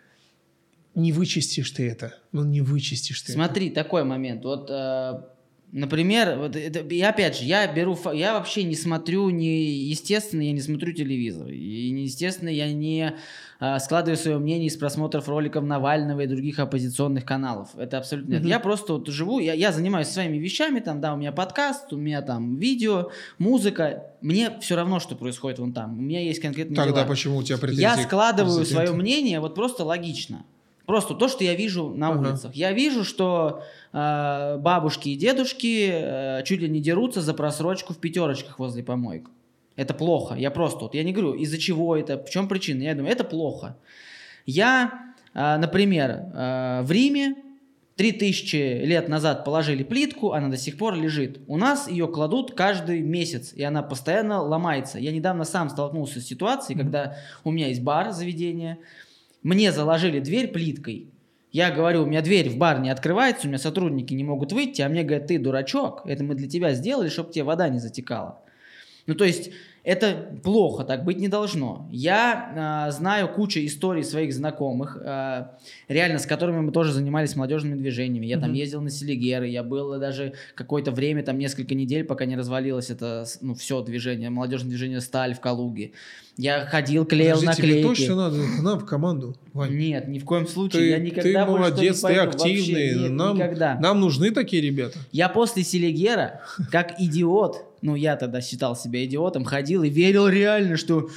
Не вычистишь ты это. Ну, не вычистишь ты Смотри, такой момент. Вот, э, например, вот это, и опять же, я беру, фа- я вообще не смотрю, не, естественно, я не смотрю телевизор. И, не- естественно, я не э, складываю свое мнение из просмотров роликов Навального и других оппозиционных каналов. Это абсолютно нет. Мгм. Я просто вот живу, я, я занимаюсь своими вещами, там, да, у меня подкаст, у меня там видео, музыка. Мне все равно, что происходит вон там. У меня есть конкретные Тогда дела. почему у тебя претензии Я к складываю президенту? свое мнение вот просто логично. Просто то, что я вижу на Ага. улицах. Я вижу, что э, бабушки и дедушки э, чуть ли не дерутся за просрочку в пятерочках возле помоек. Это плохо. Я просто, вот, я не говорю, из-за чего это, в чем причина. Я думаю, это плохо. Я, э, например, э, в Риме Три тысячи лет назад положили плитку, она до сих пор лежит. У нас ее кладут каждый месяц, и она постоянно ломается. Я недавно сам столкнулся с ситуацией, mm-hmm. когда у меня есть бар, заведение, мне заложили дверь плиткой. Я говорю, у меня дверь в бар не открывается, у меня сотрудники не могут выйти, а мне говорят, ты дурачок, это мы для тебя сделали, чтобы тебе вода не затекала. Ну, то есть, это плохо, так быть не должно. Я э, знаю кучу историй своих знакомых, э, реально, с которыми мы тоже занимались молодежными движениями. Я mm-hmm. там ездил на Селигеры, я был даже какое-то время, там несколько недель, пока не развалилось это, ну, все движение, молодежное движение «Сталь» в Калуге. Я ходил, клеил Подожди, наклейки. Тебе точно надо к нам в команду, Вань? Нет, ни в коем случае. Ты, я никогда ты больше молодец, не ты пойду. активный. Вообще, нет, нам, никогда. Нам нужны такие ребята. Я после Селигера, как идиот, ну я тогда считал себя идиотом, ходил и верил реально, что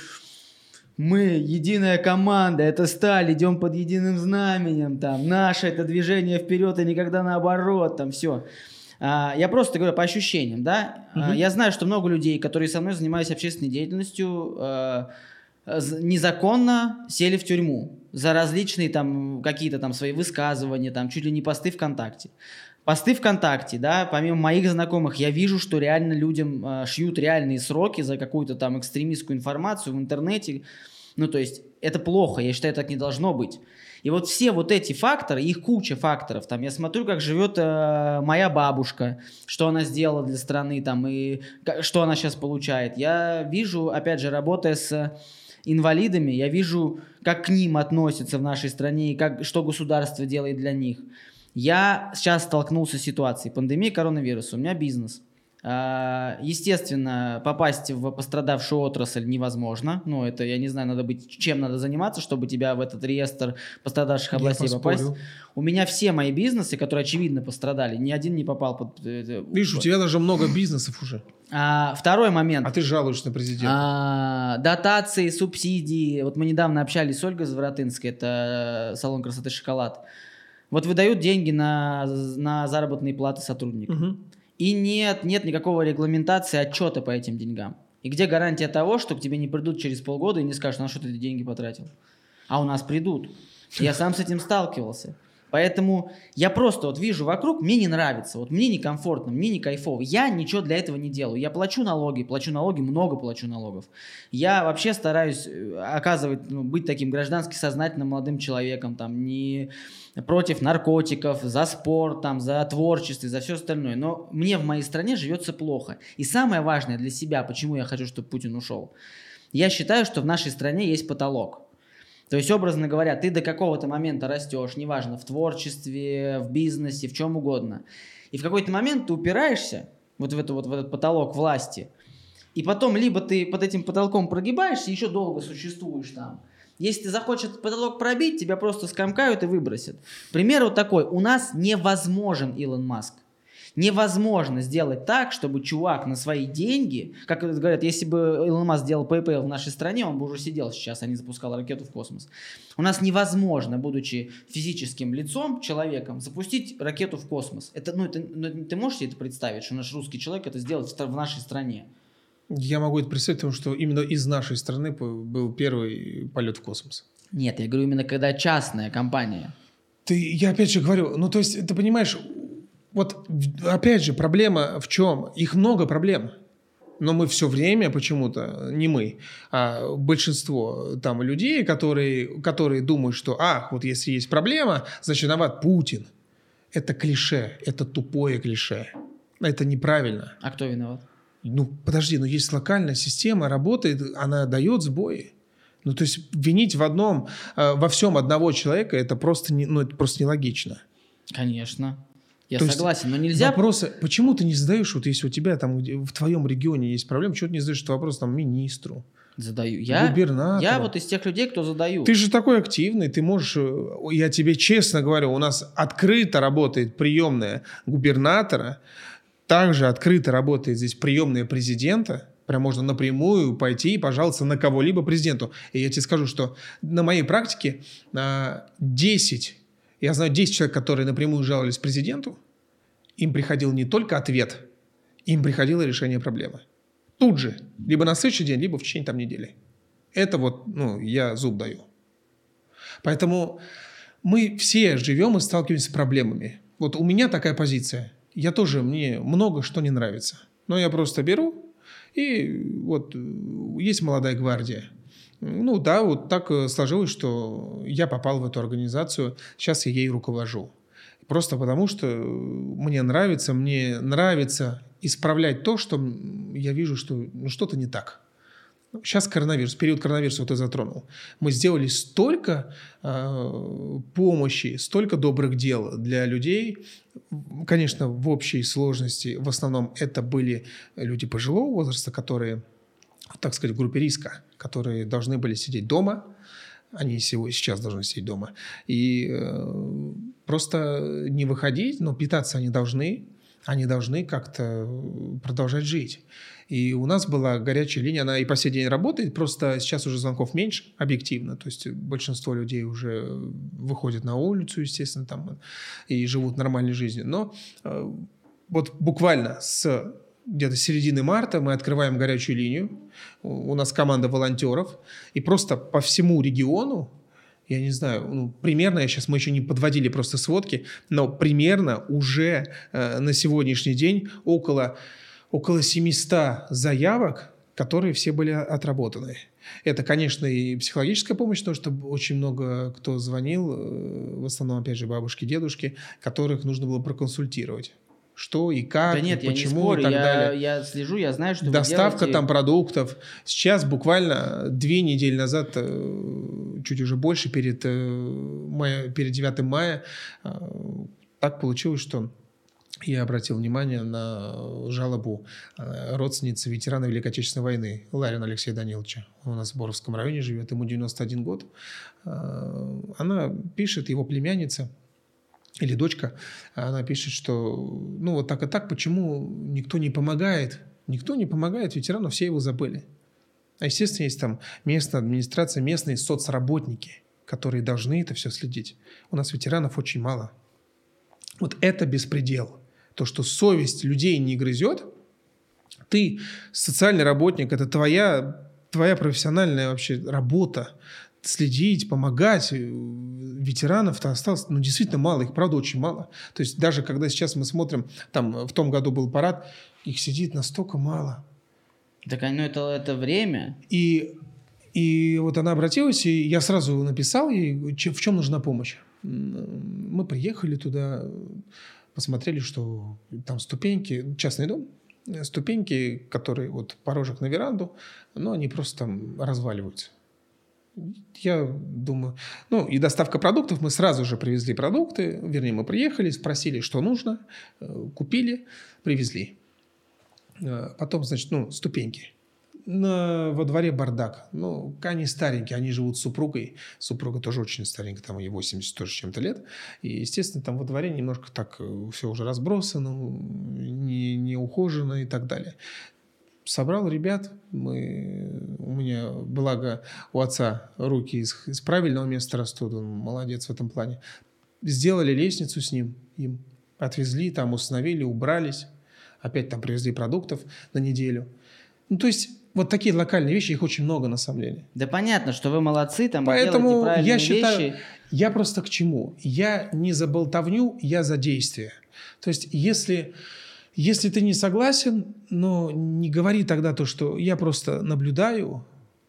мы единая команда, это Сталь, идем под единым знаменем, там, наше это движение вперед и никогда наоборот, там, все. А, я просто говорю по ощущениям, да. Угу. А, я знаю, что много людей, которые со мной занимались общественной деятельностью, а, незаконно сели в тюрьму за различные там какие-то там свои высказывания, там чуть ли не посты ВКонтакте. Посты ВКонтакте, да, помимо моих знакомых, я вижу, что реально людям э, шьют реальные сроки за какую-то там экстремистскую информацию в интернете. Ну, то есть, это плохо, я считаю, так не должно быть. И вот все вот эти факторы, их куча факторов, там, я смотрю, как живет э, моя бабушка, что она сделала для страны, там, и как, что она сейчас получает. Я вижу, опять же, работая с инвалидами, я вижу, как к ним относятся в нашей стране и как, что государство делает для них. Я сейчас столкнулся с ситуацией пандемии коронавируса, у меня бизнес. Естественно, попасть в пострадавшую отрасль невозможно. Ну, это, я не знаю, надо быть, чем надо заниматься, чтобы тебя в этот реестр пострадавших областей я попасть. Поспорил. У меня все мои бизнесы, которые, очевидно, пострадали, ни один не попал под... Видишь, у тебя даже много бизнесов уже. А, второй момент. А ты жалуешься на президента. А, дотации, субсидии. Вот мы недавно общались с Ольгой Заворотынской, это салон красоты «Шоколад». Вот выдают деньги на, на заработные платы сотрудникам. Угу. И нет, нет никакого регламентации отчета по этим деньгам. И где гарантия того, что к тебе не придут через полгода и не скажут, на что ты эти деньги потратил? А у нас придут. Я сам с этим сталкивался. Поэтому я просто вот вижу вокруг, мне не нравится, вот мне некомфортно, мне не кайфово. Я ничего для этого не делаю. Я плачу налоги, плачу налоги, много плачу налогов. Я вообще стараюсь оказывать, ну, быть таким граждански сознательным молодым человеком, там, не против наркотиков, за спорт, там, за творчество, за все остальное. Но мне в моей стране живется плохо. И самое важное для себя, почему я хочу, чтобы Путин ушел. Я считаю, что в нашей стране есть потолок. То есть, образно говоря, ты до какого-то момента растешь, неважно, в творчестве, в бизнесе, в чем угодно. И в какой-то момент ты упираешься вот в, это, вот в этот потолок власти, и потом либо ты под этим потолком прогибаешься и еще долго существуешь там. Если ты захочешь этот потолок пробить, тебя просто скомкают и выбросят. Пример вот такой. У нас невозможен Илон Маск. Невозможно сделать так, чтобы чувак на свои деньги, как говорят, если бы Илон Маск сделал PayPal в нашей стране, он бы уже сидел сейчас, а не запускал ракету в космос. У нас невозможно, будучи физическим лицом, человеком, запустить ракету в космос. Это, ну, это, ну, ты можешь себе это представить, что наш русский человек это сделает в нашей стране? Я могу это представить, потому что именно из нашей страны был первый полет в космос. Нет, я говорю именно когда частная компания. Ты, я опять же говорю, ну то есть ты понимаешь... Вот, опять же, проблема в чем? Их много проблем. Но мы все время почему-то, не мы, а большинство там людей, которые, которые думают, что, ах, вот если есть проблема, значит, виноват Путин. Это клише, это тупое клише. Это неправильно. А кто виноват? Ну, подожди, но есть локальная система, работает, она дает сбои. Ну, то есть винить в одном, во всем одного человека, это просто, не, ну, это просто нелогично. Конечно. Я То согласен, но нельзя... Вопросы, почему ты не задаешь, вот если у тебя там, в твоем регионе есть проблемы, почему ты не задаешь этот вопрос там министру? Задаю. Я, губернатору? Я вот из тех людей, кто задаю. Ты же такой активный, ты можешь... Я тебе честно говорю, у нас открыто работает приемная губернатора, также открыто работает здесь приемная президента. Прям можно напрямую пойти и пожаловаться на кого-либо президенту. И я тебе скажу, что на моей практике десять... Я знаю десять человек, которые напрямую жаловались президенту. Им приходил не только ответ, им приходило решение проблемы. Тут же. Либо на следующий день, либо в течение там недели. Это вот, ну, я зуб даю. Поэтому мы все живем и сталкиваемся с проблемами. Вот у меня такая позиция. Я тоже, мне много что не нравится. Но я просто беру, и вот есть молодая гвардия. Ну да, вот так сложилось, что я попал в эту организацию, сейчас я ей руковожу. Просто потому, что мне нравится, мне нравится исправлять то, что я вижу, что ну, что-то не так. Сейчас коронавирус, период коронавируса вот я затронул. Мы сделали столько э, помощи, столько добрых дел для людей. Конечно, в общей сложности в основном это были люди пожилого возраста, которые, так сказать, в группе риска, которые должны были сидеть дома. Они сейчас должны сидеть дома. И э, просто не выходить, но питаться они должны. Они должны как-то продолжать жить. И у нас была горячая линия, она и по сей день работает, просто сейчас уже звонков меньше, объективно. То есть большинство людей уже выходят на улицу, естественно, там, и живут нормальной жизнью. Но э, вот буквально с где-то середины марта мы открываем горячую линию. У нас команда волонтеров. И просто по всему региону, я не знаю, ну, примерно, я сейчас мы еще не подводили просто сводки, но примерно уже э, на сегодняшний день около, около семьсот заявок, которые все были отработаны. Это, конечно, и психологическая помощь, потому что очень много кто звонил, э, в основном, опять же, бабушки, дедушки, которых нужно было проконсультировать. Что и как, да нет, и почему, я не спорю, и так я, далее. Я слежу, я знаю, что доставка вы делаете... там продуктов. Сейчас буквально две недели назад, чуть уже больше, перед, мая, перед девятым мая, так получилось, что я обратил внимание на жалобу родственницы ветерана Великой Отечественной войны Ларина Алексея Даниловича. Он у нас в Боровском районе живет, ему девяносто один год. Она пишет, его племянница, или дочка, она пишет, что ну вот так и так, почему никто не помогает? Никто не помогает ветерану, все его забыли. А естественно, есть там местная администрация, местные соцработники, которые должны это все следить. У нас ветеранов очень мало. Вот это беспредел. То, что совесть людей не грызет, ты социальный работник, это твоя, твоя профессиональная вообще работа. Следить, помогать. Ветеранов-то осталось, ну, действительно мало, их, правда, очень мало. То есть даже когда сейчас мы смотрим, там в том году был парад, их сидит настолько мало. Так, ну, это, это время. И, и вот она обратилась, и я сразу написал ей, в чем нужна помощь. Мы приехали туда, посмотрели, что там ступеньки, частный дом, ступеньки, которые вот порожек на веранду, но они просто там разваливаются. Я думаю, ну и доставка продуктов, мы сразу же привезли продукты, вернее мы приехали, спросили, что нужно, купили, привезли. Потом, значит, ну ступеньки. На, во дворе бардак. Ну, они старенькие, они живут с супругой. Супруга тоже очень старенькая, там ей восемьдесят тоже чем-то лет. И, естественно, там во дворе немножко так все уже разбросано, не, не ухожено и так далее. Собрал ребят, мы, у меня, благо, у отца руки из, из правильного места растут, он молодец в этом плане. Сделали лестницу с ним, им отвезли, там установили, убрались, опять там привезли продуктов на неделю. Ну, то есть, вот такие локальные вещи, их очень много на самом деле. Да понятно, что вы молодцы, там поэтому делаете правильные я считаю, вещи. Я просто к чему? Я не за болтовню, я за действие. То есть, если... Если ты не согласен, но не говори тогда то, что я просто наблюдаю,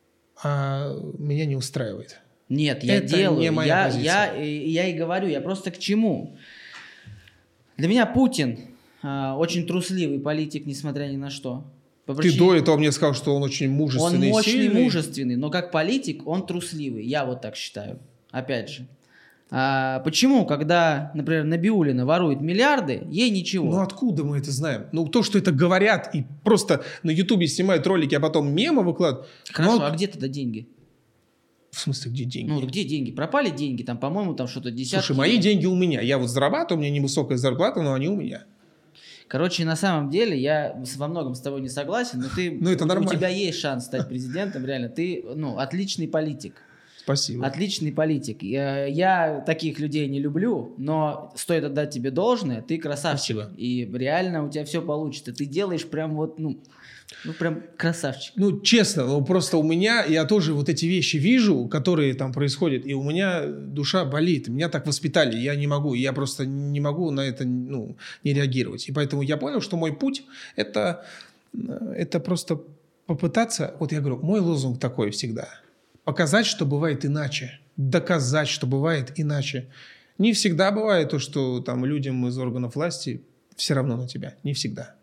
а меня не устраивает. Нет, я это делаю. Не моя я, позиция. Я, я и говорю, я просто к чему. Для меня Путин э, очень трусливый политик, несмотря ни на что. По Ты причине... до этого мне сказал, что он очень мужественный. Он мощный, сильный. мужественный, но как политик он трусливый. Я вот так считаю. Опять же. А почему, когда, например, Набиуллина ворует миллиарды, ей ничего? Ну откуда мы это знаем? Ну то, что это говорят и просто на Ютубе снимают ролики, а потом мемы выкладывают. Хорошо, ну, а где тогда деньги? В смысле, где деньги? Ну где деньги? Пропали деньги, там, по-моему, там что-то десятки. Слушай, мои деньги у меня. Я вот зарабатываю, у меня невысокая зарплата, но они у меня. Короче, на самом деле, я во многом с тобой не согласен, но ты, ну, это у, нормально. у тебя есть шанс стать президентом, реально. Ты, ну, отличный политик. Спасибо. Отличный политик. Я, я таких людей не люблю, но стоит отдать тебе должное, ты красавчик. Спасибо. И реально у тебя все получится. Ты делаешь прям вот, ну, ну прям красавчик. Ну, честно, ну просто у меня, я тоже вот эти вещи вижу, которые там происходят, и у меня душа болит. Меня так воспитали, я не могу, я просто не могу на это, ну, не реагировать. И поэтому я понял, что мой путь это, это просто попытаться, вот я говорю, мой лозунг такой всегда. Показать, что бывает иначе. Доказать, что бывает иначе. Не всегда бывает то, что там людям из органов власти все равно на тебя. Не всегда.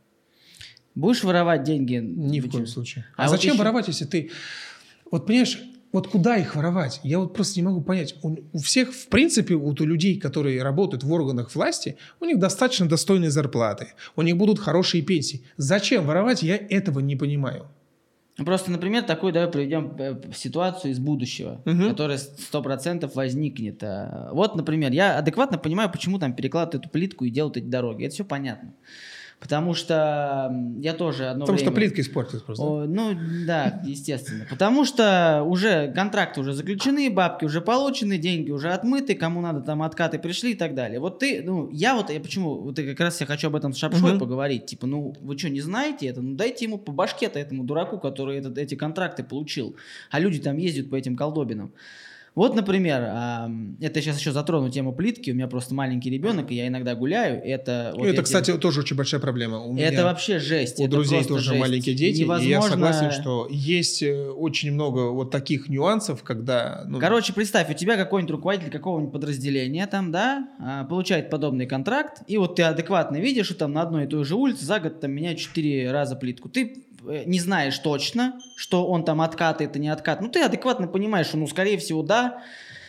Будешь воровать деньги? Ни в коем случае. А, а вот зачем еще... воровать, если ты... Вот понимаешь, вот куда их воровать? Я вот просто не могу понять. У, у всех, в принципе, вот у людей, которые работают в органах власти, у них достаточно достойные зарплаты. У них будут хорошие пенсии. Зачем воровать, я этого не понимаю. Просто, например, такую давай приведем ситуацию из будущего, угу. которая сто процентов возникнет. Вот, например, я адекватно понимаю, почему там перекладывают эту плитку и делают эти дороги. Это все понятно. Потому что я тоже одно Потому время... что плитка испортилась просто. О, ну, да, естественно. Потому что уже контракты уже заключены, бабки уже получены, деньги уже отмыты, кому надо там откаты пришли и так далее. Вот ты, ну, я вот, я почему, вот я как раз я хочу об этом с Шапшой uh-huh. поговорить. Типа, ну, вы что, не знаете это? Ну, дайте ему по башке-то этому дураку, который этот, эти контракты получил. А люди там ездят по этим колдобинам. Вот, например, это сейчас еще затрону тему плитки. У меня просто маленький ребенок, и я иногда гуляю. Это, вот это эти... кстати, тоже очень большая проблема. У это меня вообще жесть. У это друзей тоже жесть. маленькие дети. Невозможно... И я согласен, что есть очень много вот таких нюансов, когда... Ну... Короче, представь, у тебя какой-нибудь руководитель какого-нибудь подразделения там, да, получает подобный контракт, и вот ты адекватно видишь, что там на одной и той же улице за год там меняют четыре раза плитку. Ты не знаешь точно, что он там откатывает и не откатывает. Ну, ты адекватно понимаешь, что, ну, скорее всего, да.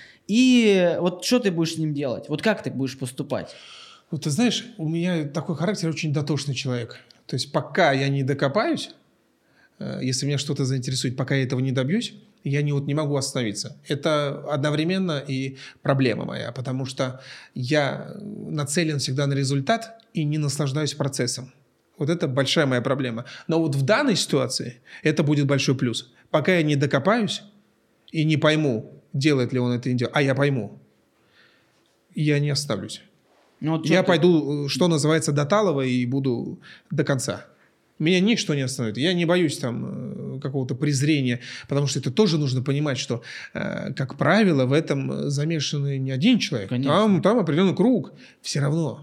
И вот что ты будешь с ним делать? Вот как ты будешь поступать? Ну, ты знаешь, у меня такой характер, очень дотошный человек. То есть пока я не докопаюсь, если меня что-то заинтересует, пока я этого не добьюсь, я не, вот, не могу остановиться. Это одновременно и проблема моя, потому что я нацелен всегда на результат и не наслаждаюсь процессом. Вот это большая моя проблема. Но вот в данной ситуации это будет большой плюс. Пока я не докопаюсь и не пойму, делает ли он это или не делает, а я пойму, я не остановлюсь. Ну, вот я ты... пойду, что называется, до Талова и буду до конца. Меня ничто не остановит. Я не боюсь там какого-то презрения, потому что это тоже нужно понимать, что, как правило, в этом замешаны не один человек. Там, там определенный круг. Все равно.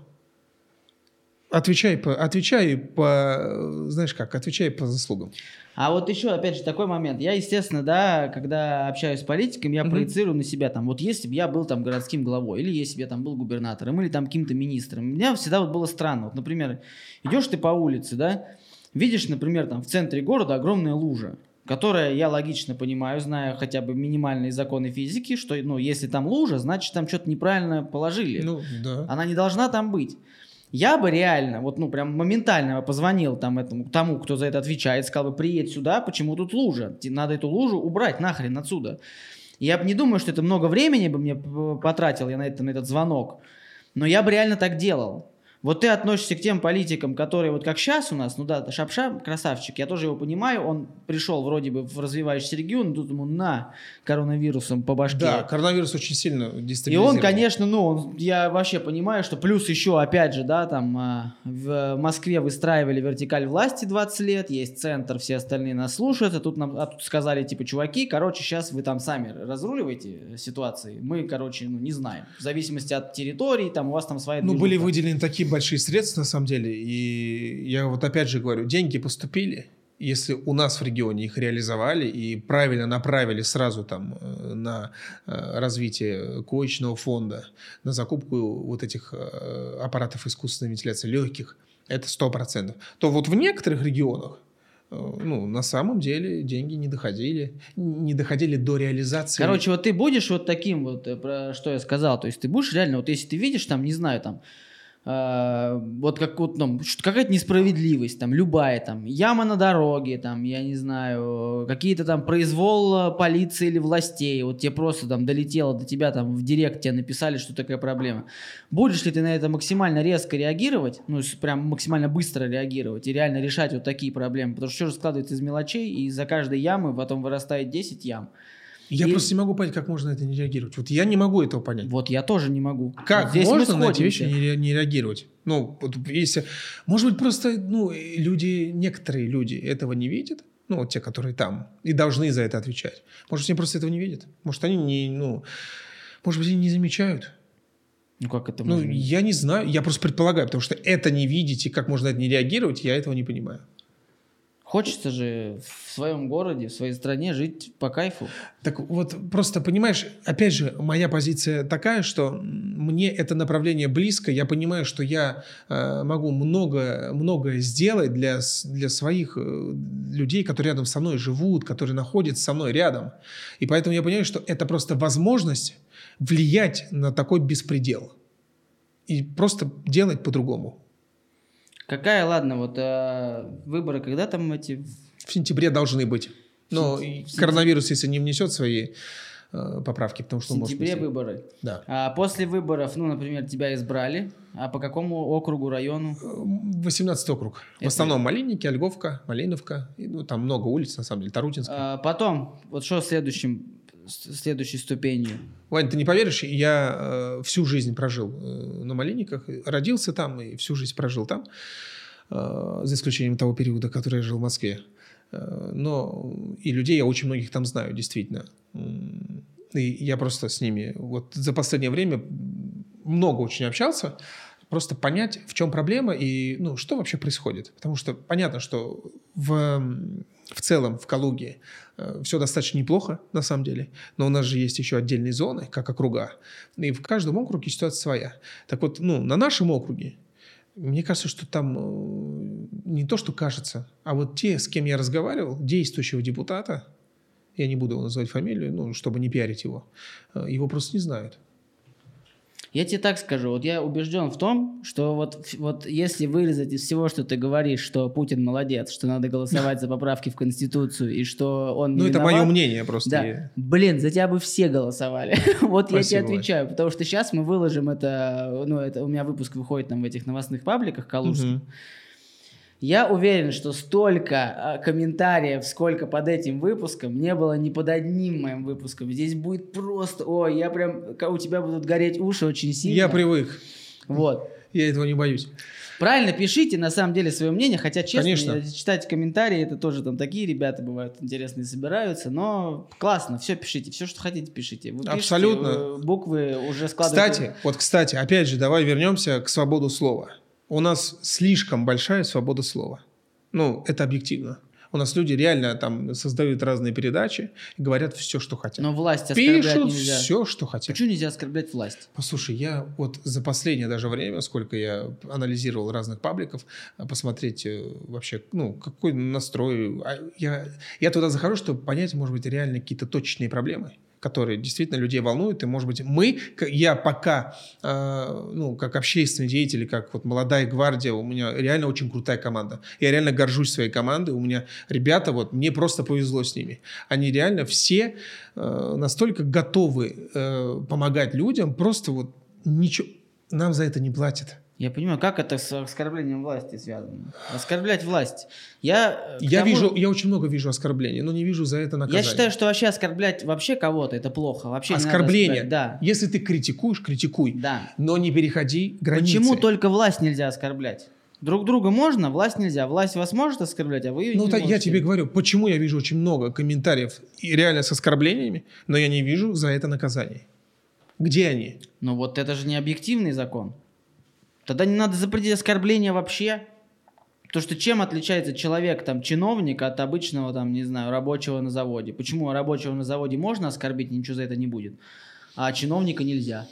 Отвечай по, отвечай по, знаешь как, отвечай по заслугам. А вот еще, опять же, такой момент. Я, естественно, да, когда общаюсь с политиком, я mm-hmm. проецирую на себя там. Вот если бы я был там городским главой, или если бы я там был губернатором, или там каким-то министром, у меня всегда вот было странно. Вот, например, идешь ты по улице, да, видишь, например, там в центре города огромная лужа, которая, я логично понимаю, знаю хотя бы минимальные законы физики, что, ну, если там лужа, значит, там что-то неправильно положили. Ну, да. Она не должна там быть. Я бы реально, вот, ну, прям моментально позвонил там этому, тому, кто за это отвечает, сказал бы, приедь сюда, почему тут лужа? Надо эту лужу убрать нахрен отсюда. Я бы не думаю, что это много времени бы мне потратил я на, это, на этот звонок, но я бы реально так делал. Вот ты относишься к тем политикам, которые вот как сейчас у нас, ну да, Шапша красавчик, я тоже его понимаю, он пришел вроде бы в развивающийся регион, тут ему на коронавирусом по башке. Да, коронавирус очень сильно дестабилизирует. И он, конечно, ну, он, я вообще понимаю, что плюс еще, опять же, да, там в Москве выстраивали вертикаль власти двадцать лет, есть центр, все остальные нас слушают, а тут нам а тут сказали, типа, чуваки, короче, сейчас вы там сами разруливаете ситуации, мы, короче, ну, не знаем, в зависимости от территории, там у вас там своя... Ну, движуха. Были выделены такие большие средства, на самом деле, и я вот опять же говорю, деньги поступили, если у нас в регионе их реализовали и правильно направили сразу там на развитие коечного фонда, на закупку вот этих аппаратов искусственной вентиляции легких, это сто процентов, то вот в некоторых регионах, ну, на самом деле деньги не доходили, не доходили до реализации. Короче, вот ты будешь вот таким вот, про что я сказал, то есть ты будешь реально, вот если ты видишь там, не знаю, там, Uh, вот как вот, ну, какая-то несправедливость, там, любая, там, яма на дороге, там, я не знаю, какие-то там произвол полиции или властей, вот тебе просто там долетело до тебя, там, в директ тебе написали, что такая проблема. Будешь ли ты на это максимально резко реагировать, ну, прям максимально быстро реагировать и реально решать вот такие проблемы, потому что все же складывается из мелочей, и из-за каждой ямы потом вырастает десять ям. Я И- просто не могу понять, как можно на это не реагировать. Вот я не могу этого понять. Вот я тоже не могу. Как Вот здесь мы можно на эти вещи сходимся. не, ре- не реагировать? Ну, вот если... Может быть, просто ну, люди, некоторые люди этого не видят, ну, вот те, которые там, и должны за это отвечать. Может, они просто этого не видят. Может, они не, ну... Может быть, они не замечают. Ну как это Ну, можно? я не знаю, я просто предполагаю, потому что это не видеть и как можно на это не реагировать, я этого не понимаю. Хочется же в своем городе, в своей стране жить по кайфу. Так вот, просто понимаешь, опять же, моя позиция такая, что мне это направление близко, я понимаю, что я э, могу много, многое сделать для, с- для своих э, людей, которые рядом со мной живут, которые находятся со мной рядом. И поэтому я понимаю, что это просто возможность влиять на такой беспредел. И просто делать по-другому. Какая, ладно, вот э, выборы, когда там эти... В сентябре должны быть. Но В и сентябре- коронавирус, если не внесет свои э, поправки, потому В что он может сентябре внести. выборы. Да. А после выборов, ну, например, тебя избрали, а по какому округу, району? восемнадцатый округ. В Это- основном Малинники, Ольговка, Малиновка. И, ну, там много улиц, на самом деле. Тарутинская. А, потом, вот что следующим, с- следующей ступенью? Вань, ты не поверишь, я э, всю жизнь прожил э, на Малинниках. Родился там и всю жизнь прожил там. э, за исключением того периода, который я жил в Москве. Э, но и людей я очень многих там знаю, действительно. М, И я просто с ними вот за последнее время много очень общался, просто понять, в чем проблема и ну, что вообще происходит. Потому что понятно, что в, в целом в Калуге э, все достаточно неплохо, на самом деле, но у нас же есть еще отдельные зоны, как округа, и в каждом округе ситуация своя. Так вот, ну, на нашем округе, мне кажется, что там э, не то, что кажется, а вот те, с кем я разговаривал, действующего депутата, я не буду его называть фамилию, ну, чтобы не пиарить его, э, его просто не знают. Я тебе так скажу, вот я убежден в том, что вот, ф- вот если вырезать из всего, что ты говоришь, что Путин молодец, что надо голосовать за поправки в Конституцию и что он не Ну, это виноват, мое мнение просто. Да. Я- Блин, за тебя бы все голосовали. Вот я тебе Спасибо, Вань. отвечаю, потому что сейчас мы выложим это, ну, это у меня выпуск выходит там в этих новостных пабликах калужских. Мгм. Я уверен, что столько а, комментариев, сколько под этим выпуском, не было ни под одним моим выпуском. Здесь будет просто, ой, я прям, ка- у тебя будут гореть уши очень сильно. Я привык. Вот. Я этого не боюсь. Правильно, пишите на самом деле свое мнение, хотя, честно, Конечно. я- читать комментарии, это тоже там такие ребята бывают интересные, собираются, но классно, все пишите, все, что хотите, пишите. Вы пишете, Абсолютно. э, буквы уже складываете. Кстати, вот, кстати, опять же, давай вернемся к свободе слова. У нас слишком большая свобода слова. Ну, это объективно. У нас люди реально там создают разные передачи, и говорят все, что хотят. Но власть оскорблять Пишут нельзя. все, что хотят. Почему нельзя оскорблять власть? Послушай, я вот за последнее даже время, сколько я анализировал разных пабликов, а, посмотреть э, вообще, ну, какой настрой. А Я, я туда захожу, чтобы понять, может быть, реально какие-то точечные проблемы, которые действительно людей волнуют. И, может быть, мы, к- я пока, э, ну, как общественный деятель, как вот молодая гвардия, у меня реально очень крутая команда. Я реально горжусь своей командой. У меня ребята, вот, мне просто повезло с ними. Они реально все э, настолько готовы э, помогать людям, просто вот ничего, нам за это не платят. Я понимаю, как это с оскорблением власти связано? Оскорблять власть. Я, э, к Я тому- вижу, я очень много вижу оскорблений, но не вижу за это Я наказания. считаю, что вообще оскорблять вообще кого-то это плохо. Вообще не надо Оскорбление. оскорблять. Да. Если ты критикуешь, критикуй. Да. Но не переходи границы. Почему только власть нельзя оскорблять? Друг друга можно, власть нельзя. Власть вас может оскорблять, а вы ее Ну, не та- я можете. тебе говорю, почему я вижу очень много комментариев и реально с оскорблениями, но я не вижу за это наказаний. Где они? Ну вот это же не объективный закон. Тогда не надо запретить оскорбления вообще. То, что чем отличается человек, там, чиновник от обычного, там, не знаю, рабочего на заводе? Почему рабочего на заводе можно оскорбить, и ничего за это не будет, а чиновника нельзя?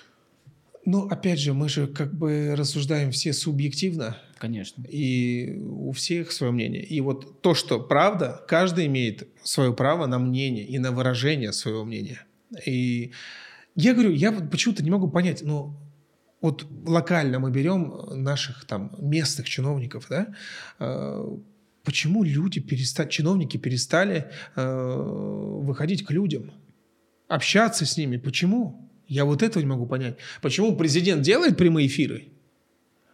Ну, опять же, мы же как бы рассуждаем все субъективно, Конечно. и у всех свое мнение. И вот то, что правда, каждый имеет свое право на мнение и на выражение своего мнения. И я говорю, я вот почему-то не могу понять, ну, вот локально мы берем наших там местных чиновников, да, э, почему люди перестали, чиновники перестали э, выходить к людям, общаться с ними, почему? Я вот этого не могу понять. Почему президент делает прямые эфиры,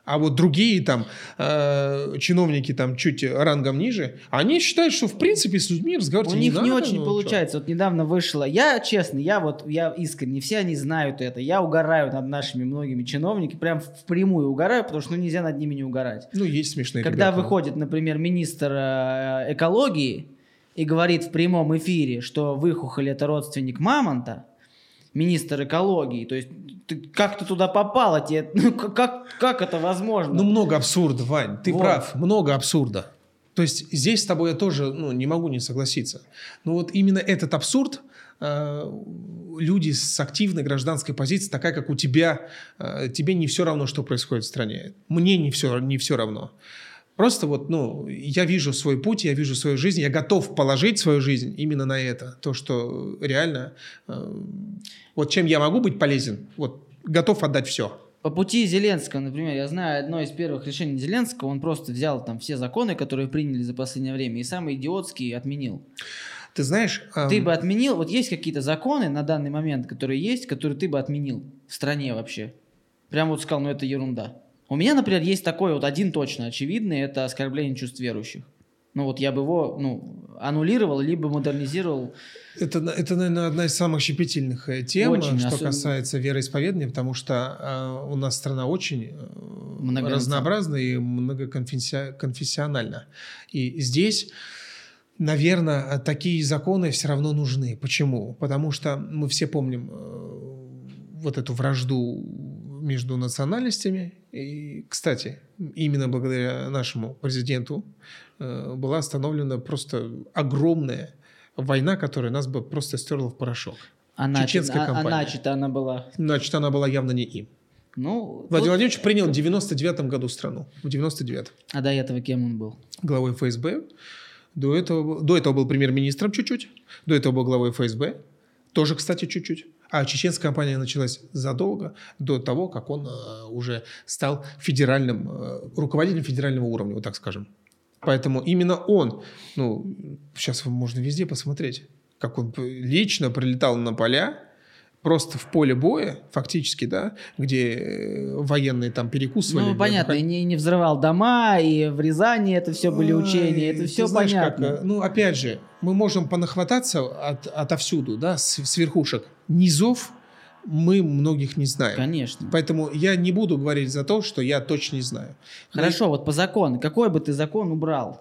А вот другие там э, чиновники там чуть рангом ниже, они считают, что в принципе с людьми разговаривать У не них надо. не очень ну, получается. Вот недавно вышло. Я честно, я вот, я искренне, все они знают это. Я угораю над нашими многими чиновниками, прям впрямую угораю, потому что ну, нельзя над ними не угорать. Ну, есть смешные Когда ребята. выходит, например, министр э, экологии и говорит в прямом эфире, что выхухоль — это родственник мамонта, министр экологии, то есть ты, как ты туда попала? Тебе, ну, как, как это возможно? Ну, много абсурда, Вань, ты Вот. прав, много абсурда. То есть здесь с тобой я тоже ну, не могу не согласиться. Но вот именно этот абсурд, э, люди с активной гражданской позицией, такая, как у тебя, э, тебе не все равно, что происходит в стране. Мне не все, не все равно. Просто вот, ну, я вижу свой путь, я вижу свою жизнь, я готов положить свою жизнь именно на это. То, что реально, э, вот чем я могу быть полезен, вот, готов отдать все. По пути Зеленского, например, я знаю одно из первых решений Зеленского, он просто взял там все законы, которые приняли за последнее время, и самый идиотский отменил. Ты знаешь... Эм... Ты бы отменил, вот есть какие-то законы на данный момент, которые есть, которые ты бы отменил в стране вообще? Прям вот сказал, ну это ерунда. У меня, например, есть такой вот один точно очевидный, это оскорбление чувств верующих. Ну вот я бы его ну, аннулировал, либо модернизировал. Это, это, наверное, одна из самых щепетильных тем, очень, что особенно... касается вероисповедания, потому что э, у нас страна очень э, разнообразна и многоконфессиональна. И здесь, наверное, такие законы все равно нужны. Почему? Потому что мы все помним э, вот эту вражду между национальностями. И, кстати, именно благодаря нашему президенту э, была остановлена просто огромная война, которая нас бы просто стерла в порошок. А Чеченская начата, кампания. А начата она была? Начата она была явно не им. Ну, Владимир Владимирович принял в девяносто девятом году страну. В девяносто девятом. А до этого кем он был? Главой эф эс бэ. До этого, до этого был премьер-министром чуть-чуть. До этого был главой эф эс бэ. Тоже, кстати, чуть-чуть. А чеченская кампания началась задолго до того, как он э, уже стал федеральным, э, руководителем федерального уровня, вот так скажем. Поэтому именно он, ну, сейчас можно везде посмотреть, как он лично прилетал на поля, просто в поле боя, фактически, да, где военные там перекусывали. Ну, понятно, и не, не взрывал дома, и в Рязани это все были учения, это все знаешь, понятно. Как, ну, опять же, мы можем понахвататься от, отовсюду, да, с, с верхушек. Низов мы многих не знаем. Конечно. Поэтому я не буду говорить за то, что я точно не знаю. Хорошо, Но... вот по закону. Какой бы ты закон убрал?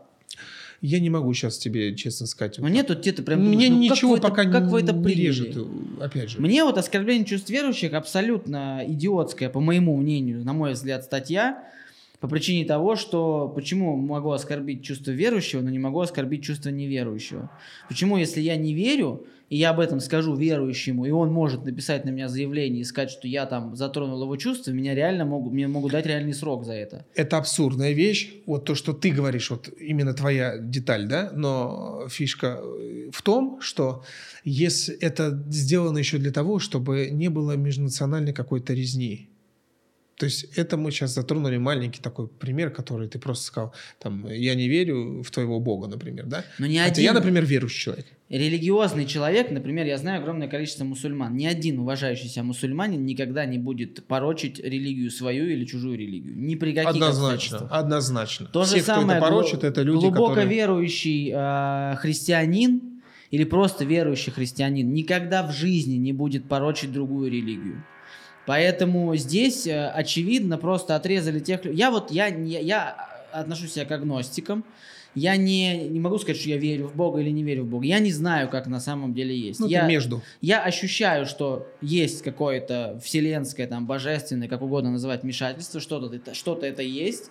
Я не могу сейчас тебе, честно сказать. Ну нет, тут где-то прям... Мне думаешь, ну, ничего как пока это, как не, вы это не режет, опять же. Мне вот оскорбление чувств верующих абсолютно идиотская, по моему мнению, на мой взгляд, статья, по причине того, что почему могу оскорбить чувство верующего, но не могу оскорбить чувство неверующего. Почему, если я не верю, и я об этом скажу верующему, и он может написать на меня заявление и сказать, что я там затронул его чувства, меня реально могут, мне могут дать реальный срок за это. Это абсурдная вещь. Вот то, что ты говоришь, вот именно твоя деталь, да, но фишка в том, что если это сделано еще для того, чтобы не было межнациональной какой-то резни. То есть это мы сейчас затронули маленький такой пример, который ты просто сказал, там, я не верю в твоего Бога, например, да? Но не Хотя один... я, например, верующий человек. Религиозный человек, например, я знаю огромное количество мусульман. Ни один уважающий себя мусульманин никогда не будет порочить религию свою или чужую религию. Ни при каких Однозначно, однозначно. То Все, же самое, кто это порочит, это люди, глубоко которые... верующий э, христианин или просто верующий христианин никогда в жизни не будет порочить другую религию. Поэтому здесь, э, очевидно, просто отрезали тех... Я вот, я, я, я отношусь себя к агностикам. Я не, не могу сказать, что я верю в Бога или не верю в Бога. Я не знаю, как на самом деле есть. Ну, я, ты между. Я ощущаю, что есть какое-то вселенское, там, божественное, как угодно называть, вмешательство, что-то это, что-то это есть.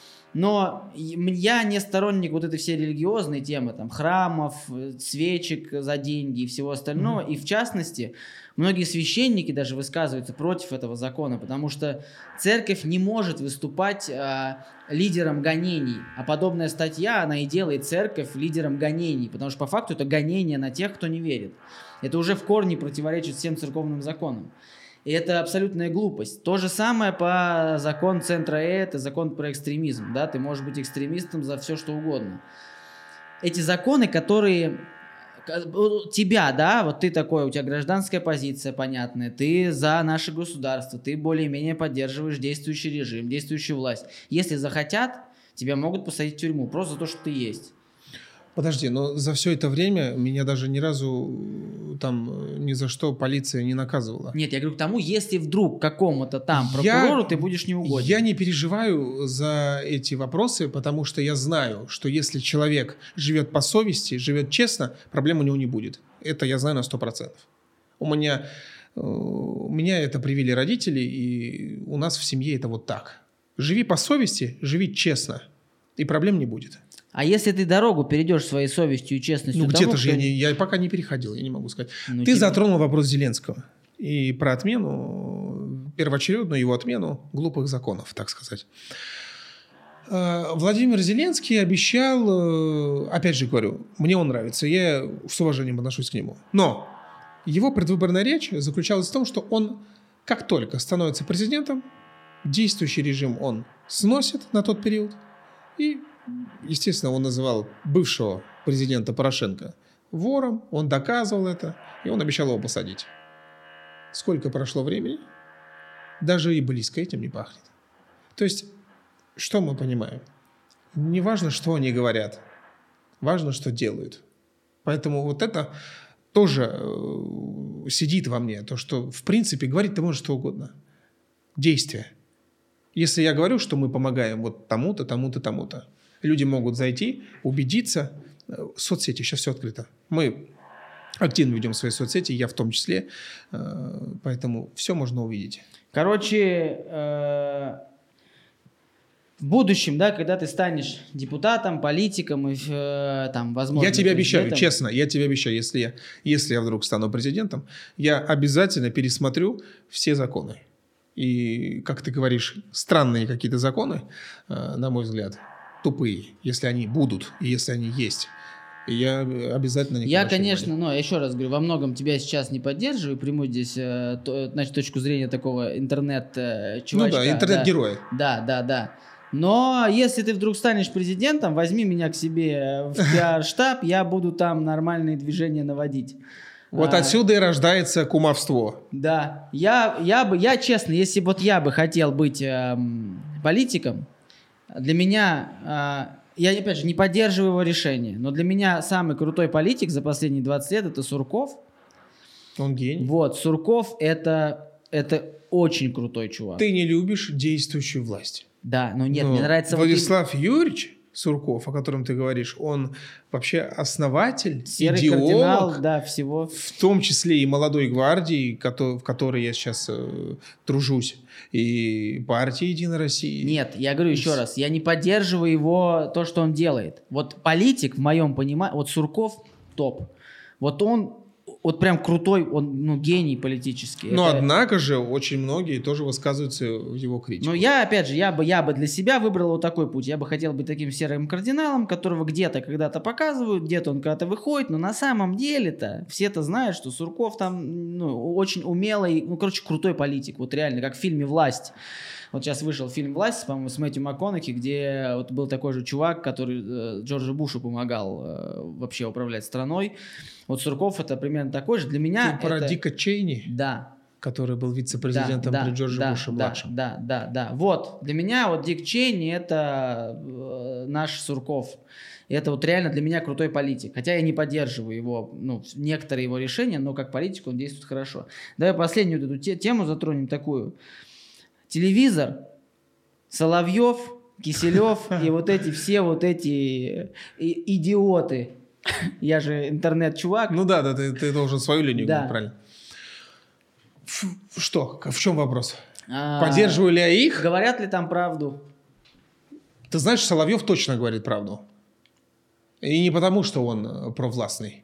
Но я не сторонник вот этой всей религиозной темы, там, храмов, свечек за деньги и всего остального. Mm-hmm. И в частности, многие священники даже высказываются против этого закона, потому что церковь не может выступать э, лидером гонений. А подобная статья, она и делает церковь лидером гонений, потому что по факту это гонение на тех, кто не верит. Это уже в корне противоречит всем церковным законам. И это абсолютная глупость. То же самое по закону центра Э, это закон про экстремизм. Да? Ты можешь быть экстремистом за все, что угодно. Эти законы, которые тебя, да, вот ты такой, у тебя гражданская позиция понятная, ты за наше государство, ты более-менее поддерживаешь действующий режим, действующую власть. Если захотят, тебя могут посадить в тюрьму просто за то, что ты есть. Подожди, но за все это время меня даже ни разу там ни за что полиция не наказывала. Нет, я говорю к тому, если вдруг какому-то там прокурору я, ты будешь неугоден. Я не переживаю за эти вопросы, потому что я знаю, что если человек живет по совести, живет честно, проблем у него не будет. Это я знаю на сто процентов. У меня, у меня это привили родители, и у нас в семье это вот так. Живи по совести, живи честно, и проблем не будет. А если ты дорогу перейдешь своей совестью и честностью? Ну, где-то же я, не, я пока не переходил, я не могу сказать. Ну, ты тебе... затронул вопрос Зеленского и про отмену, первоочередную его отмену глупых законов, так сказать. Владимир Зеленский обещал, опять же говорю, мне он нравится, я с уважением отношусь к нему. Но его предвыборная речь заключалась в том, что он, как только становится президентом, действующий режим он сносит на тот период и... Естественно, он называл бывшего президента Порошенко вором, он доказывал это, и он обещал его посадить. Сколько прошло времени? Даже и близко этим не пахнет. То есть, что мы понимаем? Не важно, что они говорят, важно, что делают. Поэтому вот это тоже э, сидит во мне, то, что, в принципе, говорить ты можешь что угодно. Действие. Если я говорю, что мы помогаем вот тому-то, тому-то, тому-то, люди могут зайти, убедиться. Соцсети, сейчас все открыто. Мы активно ведем свои соцсети, я в том числе. Поэтому все можно увидеть. Короче, э, в будущем, да, когда ты станешь депутатом, политиком, и, э, там, возможно... Я тебе обещаю, честно, я тебе обещаю, если я, если я вдруг стану президентом, я обязательно пересмотрю все законы. И, как ты говоришь, странные какие-то законы, на мой взгляд, тупые, если они будут и если они есть. Я обязательно... Я, конечно, но еще раз говорю, во многом тебя сейчас не поддерживаю, приму здесь, э, то, значит, точку зрения такого интернет-чувачка. Ну да, интернет-героя. Да, да, да. Но если ты вдруг станешь президентом, возьми меня к себе в пиар-штаб, я буду там нормальные движения наводить. Вот а, отсюда и рождается кумовство. Да. Я, я бы, я честно, если вот я бы хотел быть э, политиком, для меня, э, я опять же не поддерживаю его решение, но для меня самый крутой политик за последние двадцать лет это Сурков. Он гений. Вот, Сурков это, это очень крутой чувак. Ты не любишь действующую власть. Да, но нет, но мне нравится... Владислав вот... Юрьевич Сурков, о котором ты говоришь, он вообще основатель, серый идеолог, кардинал, да, всего. В том числе и молодой гвардии, в которой я сейчас э, тружусь, и партии «Единая Россия». Нет, я говорю еще раз, я не поддерживаю его, то, что он делает. Вот политик, в моем понимании, вот Сурков топ. Вот он... Вот прям крутой, он, ну, гений политический. Но это... однако же очень многие тоже высказываются в его критику. Ну, я, опять же, я бы, я бы для себя выбрал вот такой путь. Я бы хотел быть таким серым кардиналом, которого где-то когда-то показывают, где-то он когда-то выходит, но на самом деле-то все-то знают, что Сурков там, ну, очень умелый, ну, короче, крутой политик. Вот реально, как в фильме «Власть». Вот сейчас вышел фильм «Власть», по-моему, с Мэтью МакКонахи, где вот был такой же чувак, который э, Джорджу Бушу помогал э, вообще управлять страной. Вот Сурков это примерно такой же. Для меня Ты про это... Дика Чейни? Да. Который был вице-президентом да, при Джорджа да, Буше-младшем. Да, да, да, да. Вот. Для меня вот Дик Чейни это э, наш Сурков. И это вот реально для меня крутой политик. Хотя я не поддерживаю его, ну, некоторые его решения, но как политик он действует хорошо. Давай последнюю эту те- тему затронем такую. Телевизор, Соловьев, Киселев и вот эти все вот эти идиоты. Я же интернет-чувак. Ну да, да, ты, ты должен свою линию да. говорить, правильно. Ф- что? В чем вопрос? А, Поддерживаю ли я их? Говорят ли там правду? Ты знаешь, Соловьев точно говорит правду. И не потому, что он провластный,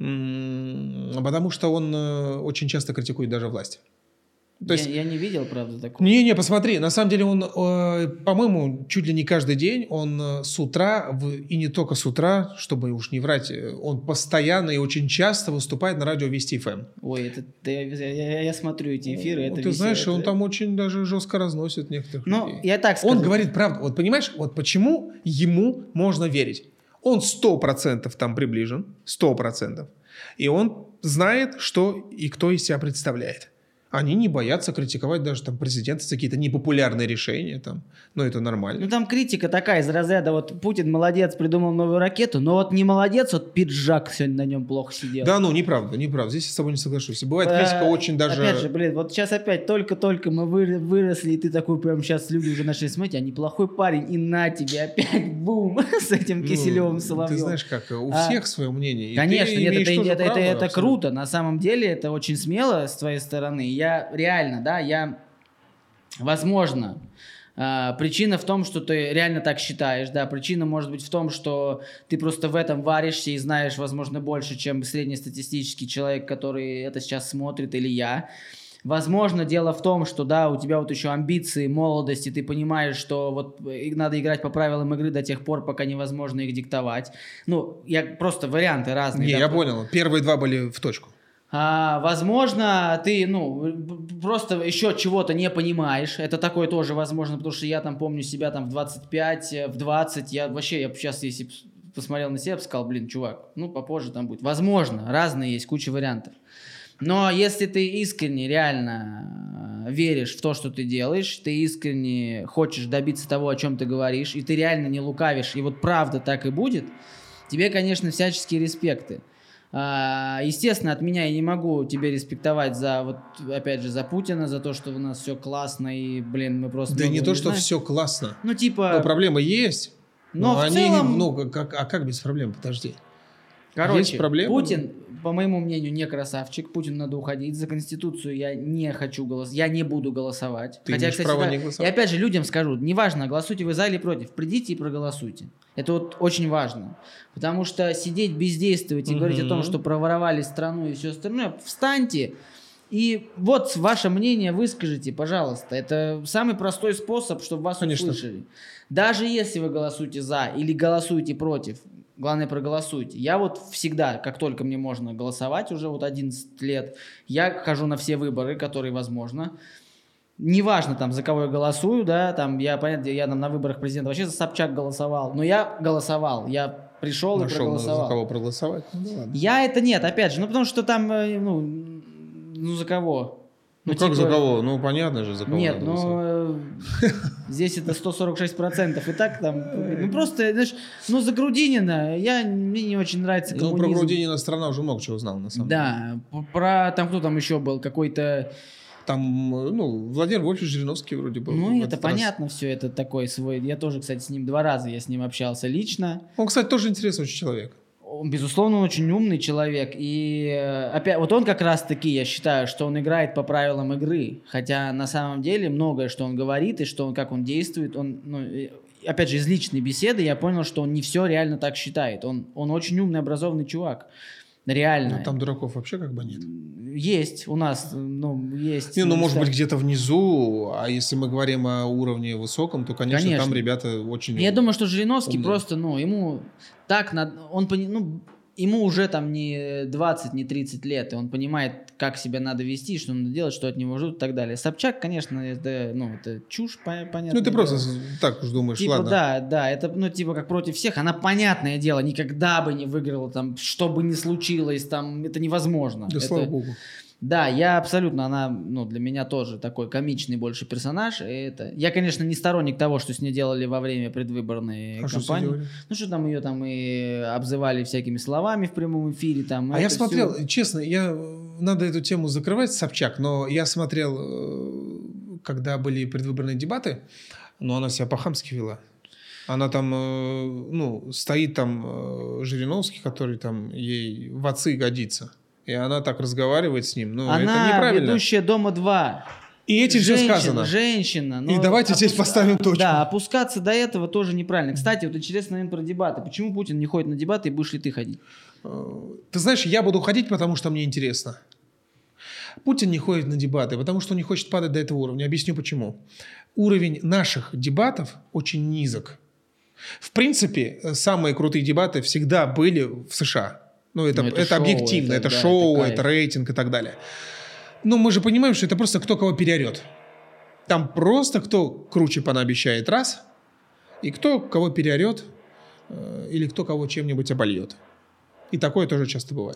а потому что он очень часто критикует даже власть. Я, То есть... я не видел, правда, такого. Не-не, посмотри, на самом деле он, э, по-моему, чуть ли не каждый день, он э, с утра, в, и не только с утра, чтобы уж не врать, он постоянно и очень часто выступает на радио Вести эф эм. Ой, это, это я, я, я смотрю эти эфиры, ну, это ты весело, знаешь, это... он там очень даже жестко разносит некоторых ну, людей. Я так скажу. Он говорит правду. Вот понимаешь, вот почему ему можно верить? Он сто процентов там приближен, сто процентов. И он знает, что и кто из себя представляет. Они не боятся критиковать даже там президента за какие-то непопулярные решения. Там. Но это нормально. Ну, там критика такая из разряда, вот Путин молодец, придумал новую ракету, но вот не молодец, вот пиджак сегодня на нем плохо сидел. Да, ну, неправда, неправда. Здесь я с тобой не соглашусь. Бывает критика А, очень даже... Опять же, блин, вот сейчас опять только-только мы вы- выросли, и ты такой прям сейчас люди уже начали смотреть, а неплохой парень, и на тебе опять бум с этим Киселевым, Ну, Соловьевым. ты знаешь как, у А, всех свое мнение. И Конечно, ты нет, имеешь это, тоже это, право, это, это абсолютно. круто. На самом деле это очень смело с твоей стороны. Я реально, да, я, возможно, э, причина в том, что ты реально так считаешь, да, причина может быть в том, что ты просто в этом варишься и знаешь, возможно, больше, чем среднестатистический человек, который это сейчас смотрит, или я. Возможно, дело в том, что, да, у тебя вот еще амбиции, молодость, и ты понимаешь, что вот надо играть по правилам игры до тех пор, пока невозможно их диктовать. Ну, я просто варианты разные. Не, да, я понял. Первые два были в точку. А, возможно, ты, ну, просто еще чего-то не понимаешь. Это такое тоже возможно, потому что я там помню себя там в двадцать пять, в двадцать. Я вообще, я сейчас, если б посмотрел на себя, я бы сказал, блин, чувак, ну, попозже там будет. Возможно, разные есть, куча вариантов. Но если ты искренне, реально веришь в то, что ты делаешь, ты искренне хочешь добиться того, о чем ты говоришь, и ты реально не лукавишь, и вот правда так и будет, тебе, конечно, всяческие респекты. А, естественно, от меня я не могу тебе респектовать за, вот, опять же, за Путина, за то, что у нас все классно, и, блин, мы просто... Да не то, что знаем. все классно. Ну, типа... Но проблемы есть. Но, но в они, целом... ну, как, а как без проблем? Подожди. Короче, Есть проблемы? Путин, по моему мнению, не красавчик. Путину надо уходить. За Конституцию я не хочу голосовать. Я не буду голосовать. Ты Хотя, имеешь кстати, право да, не голосовать. и опять же, людям скажу, неважно, голосуйте вы за или против, придите и проголосуйте. Это вот очень важно. Потому что сидеть, бездействовать и Мгм. говорить о том, что проворовали страну и все остальное, встаньте и вот ваше мнение выскажите, пожалуйста. Это самый простой способ, чтобы вас Конечно. услышали. Даже если вы голосуете за или голосуете против, главное, проголосуйте. Я вот всегда, как только мне можно голосовать, уже вот одиннадцать лет, я хожу на все выборы, которые возможно. Неважно, там, за кого я голосую, да, там, я, понятно, я там на выборах президента вообще за Собчак голосовал, но я голосовал, я пришел и Нашел, проголосовал. за кого проголосовать. Ну, да ладно. Я это нет, опять же, ну, потому что там, э, ну, ну за кого? Ну, как типа, за кого? Ну, понятно же, за кого Нет, надо ну, голосовать. э, здесь это сто сорок шесть процентов, и так там, ну, просто, знаешь, ну, за Грудинина, я, мне не очень нравится Ну, коммунизм. про Грудинина страна уже много чего узнала, на самом деле. Да, п- про, там кто там еще был, какой-то... Там, ну, Владимир Вольфович Жириновский вроде был. Ну, в это этот раз. понятно все, это такой свой... Я тоже, кстати, с ним два раза, я с ним общался лично. Он, кстати, тоже интересный очень человек. Он, безусловно, он очень умный человек. И э, опять, вот он как раз-таки, я считаю, что он играет по правилам игры. Хотя на самом деле многое, что он говорит и что он, как он действует, он, ну, э, опять же, из личной беседы я понял, что он не все реально так считает. Он, он очень умный, образованный чувак. Реально. Ну, там дураков вообще как бы нет. Есть у нас, ну, есть. Не, ну, ну, может кстати. быть, где-то внизу, а если мы говорим о уровне высоком, то, конечно, Конечно. там ребята очень... Я думаю, что Жириновский умные. просто, ну, ему так, над... он, пони- ну, ему уже там не двадцать, не тридцать лет, и он понимает, как себя надо вести, что надо делать, что от него ждут и так далее. Собчак, конечно, это, ну, это чушь, по- понятно. Ну, ты просто так уж думаешь, Типа, ладно. да, да, это, ну, типа, как против всех, она, понятное дело, никогда бы не выиграла, там, что бы ни случилось, там, это невозможно. Да, Это- слава богу. Да, я абсолютно, она, ну, для меня тоже такой комичный больше персонаж. И это... Я, конечно, не сторонник того, что с ней делали во время предвыборной А что с ней кампании. делали? Ну, что там ее там и обзывали всякими словами в прямом эфире. Там, А я это смотрел, всё. честно, я надо эту тему закрывать, Собчак, но я смотрел, э, когда были предвыборные дебаты, но она себя по-хамски вела. Она там, э, ну, стоит там э, Жириновский, который там ей в отцы годится. И она так разговаривает с ним. Ну, это Она неправильно. ведущая «Дома-два». И этим все Женщина, сказано. Женщина. И давайте здесь поставим точку. Да, опускаться до этого тоже неправильно. Кстати, вот интересный момент про дебаты. Почему Путин не ходит на дебаты, и будешь ли ты ходить? Ты знаешь, я буду ходить, потому что мне интересно. Путин не ходит на дебаты, потому что он не хочет падать до этого уровня. Объясню почему. Уровень наших дебатов очень низок. В принципе, самые крутые дебаты всегда были в США. Ну, это, Ну, это это шоу, объективно, это, это да, шоу, это это, кайф. рейтинг и так далее. Но мы же понимаем, что это просто кто кого переорет. Там просто кто круче понаобещает раз, и кто кого переорет, э, или кто кого чем-нибудь обольет. И такое тоже часто бывает.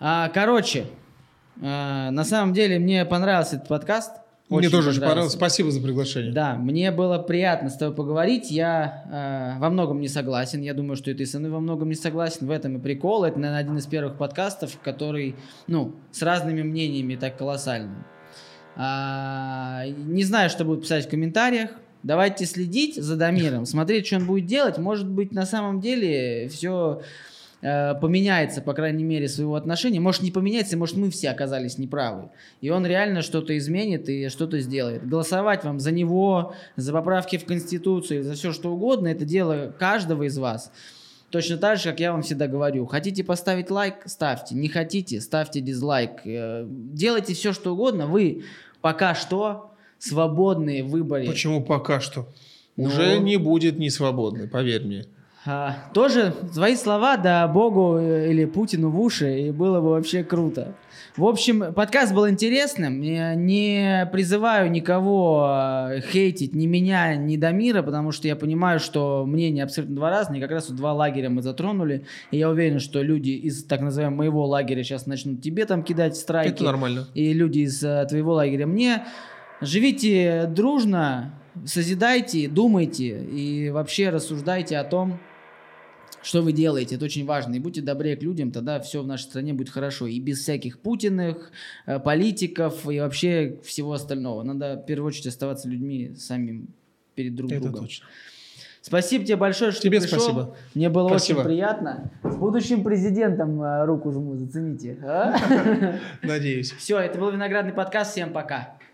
А, короче, а, на самом деле мне понравился этот подкаст. Мне тоже очень понравилось. Спасибо за приглашение. Да, мне было приятно с тобой поговорить. Я э, во многом не согласен. Я думаю, что и ты со мной во многом не согласен. В этом и прикол. Это, наверное, один из первых подкастов, который, ну, с разными мнениями так колоссальным. А, не знаю, что будут писать в комментариях. Давайте следить за Дамиром, смотреть, что он будет делать. Может быть, на самом деле все э, поменяется, по крайней мере, своего отношения. Может, не поменяется, может, мы все оказались неправы. И он реально что-то изменит и что-то сделает. Голосовать вам за него, за поправки в Конституцию, за все что угодно, это дело каждого из вас. Точно так же, как я вам всегда говорю. Хотите поставить лайк – ставьте. Не хотите – ставьте дизлайк. Э, делайте все, что угодно. Вы пока что свободные в выборе. Почему пока что? Ну, уже не будет не свободный, поверь мне. А, тоже свои слова, да, Богу или Путину в уши, и было бы вообще круто. В общем, подкаст был интересным. Я не призываю никого хейтить ни меня, ни Дамира, потому что я понимаю, что мнения абсолютно два разные. И как раз вот два лагеря мы затронули. И я уверен, что люди из так называемого моего лагеря сейчас начнут тебе там кидать страйки. Это нормально. И люди из твоего лагеря мне. Живите дружно, созидайте, думайте и вообще рассуждайте о том, что вы делаете. Это очень важно. И будьте добрее к людям, тогда все в нашей стране будет хорошо. И без всяких Путиных, политиков и вообще всего остального. Надо в первую очередь оставаться людьми самим перед друг Это другом. точно. Спасибо тебе большое, что тебе ты пришел. Спасибо. Мне было Спасибо. очень приятно. С будущим президентом руку жму, зацените. Надеюсь. Все, это был Виноградный подкаст. Всем пока.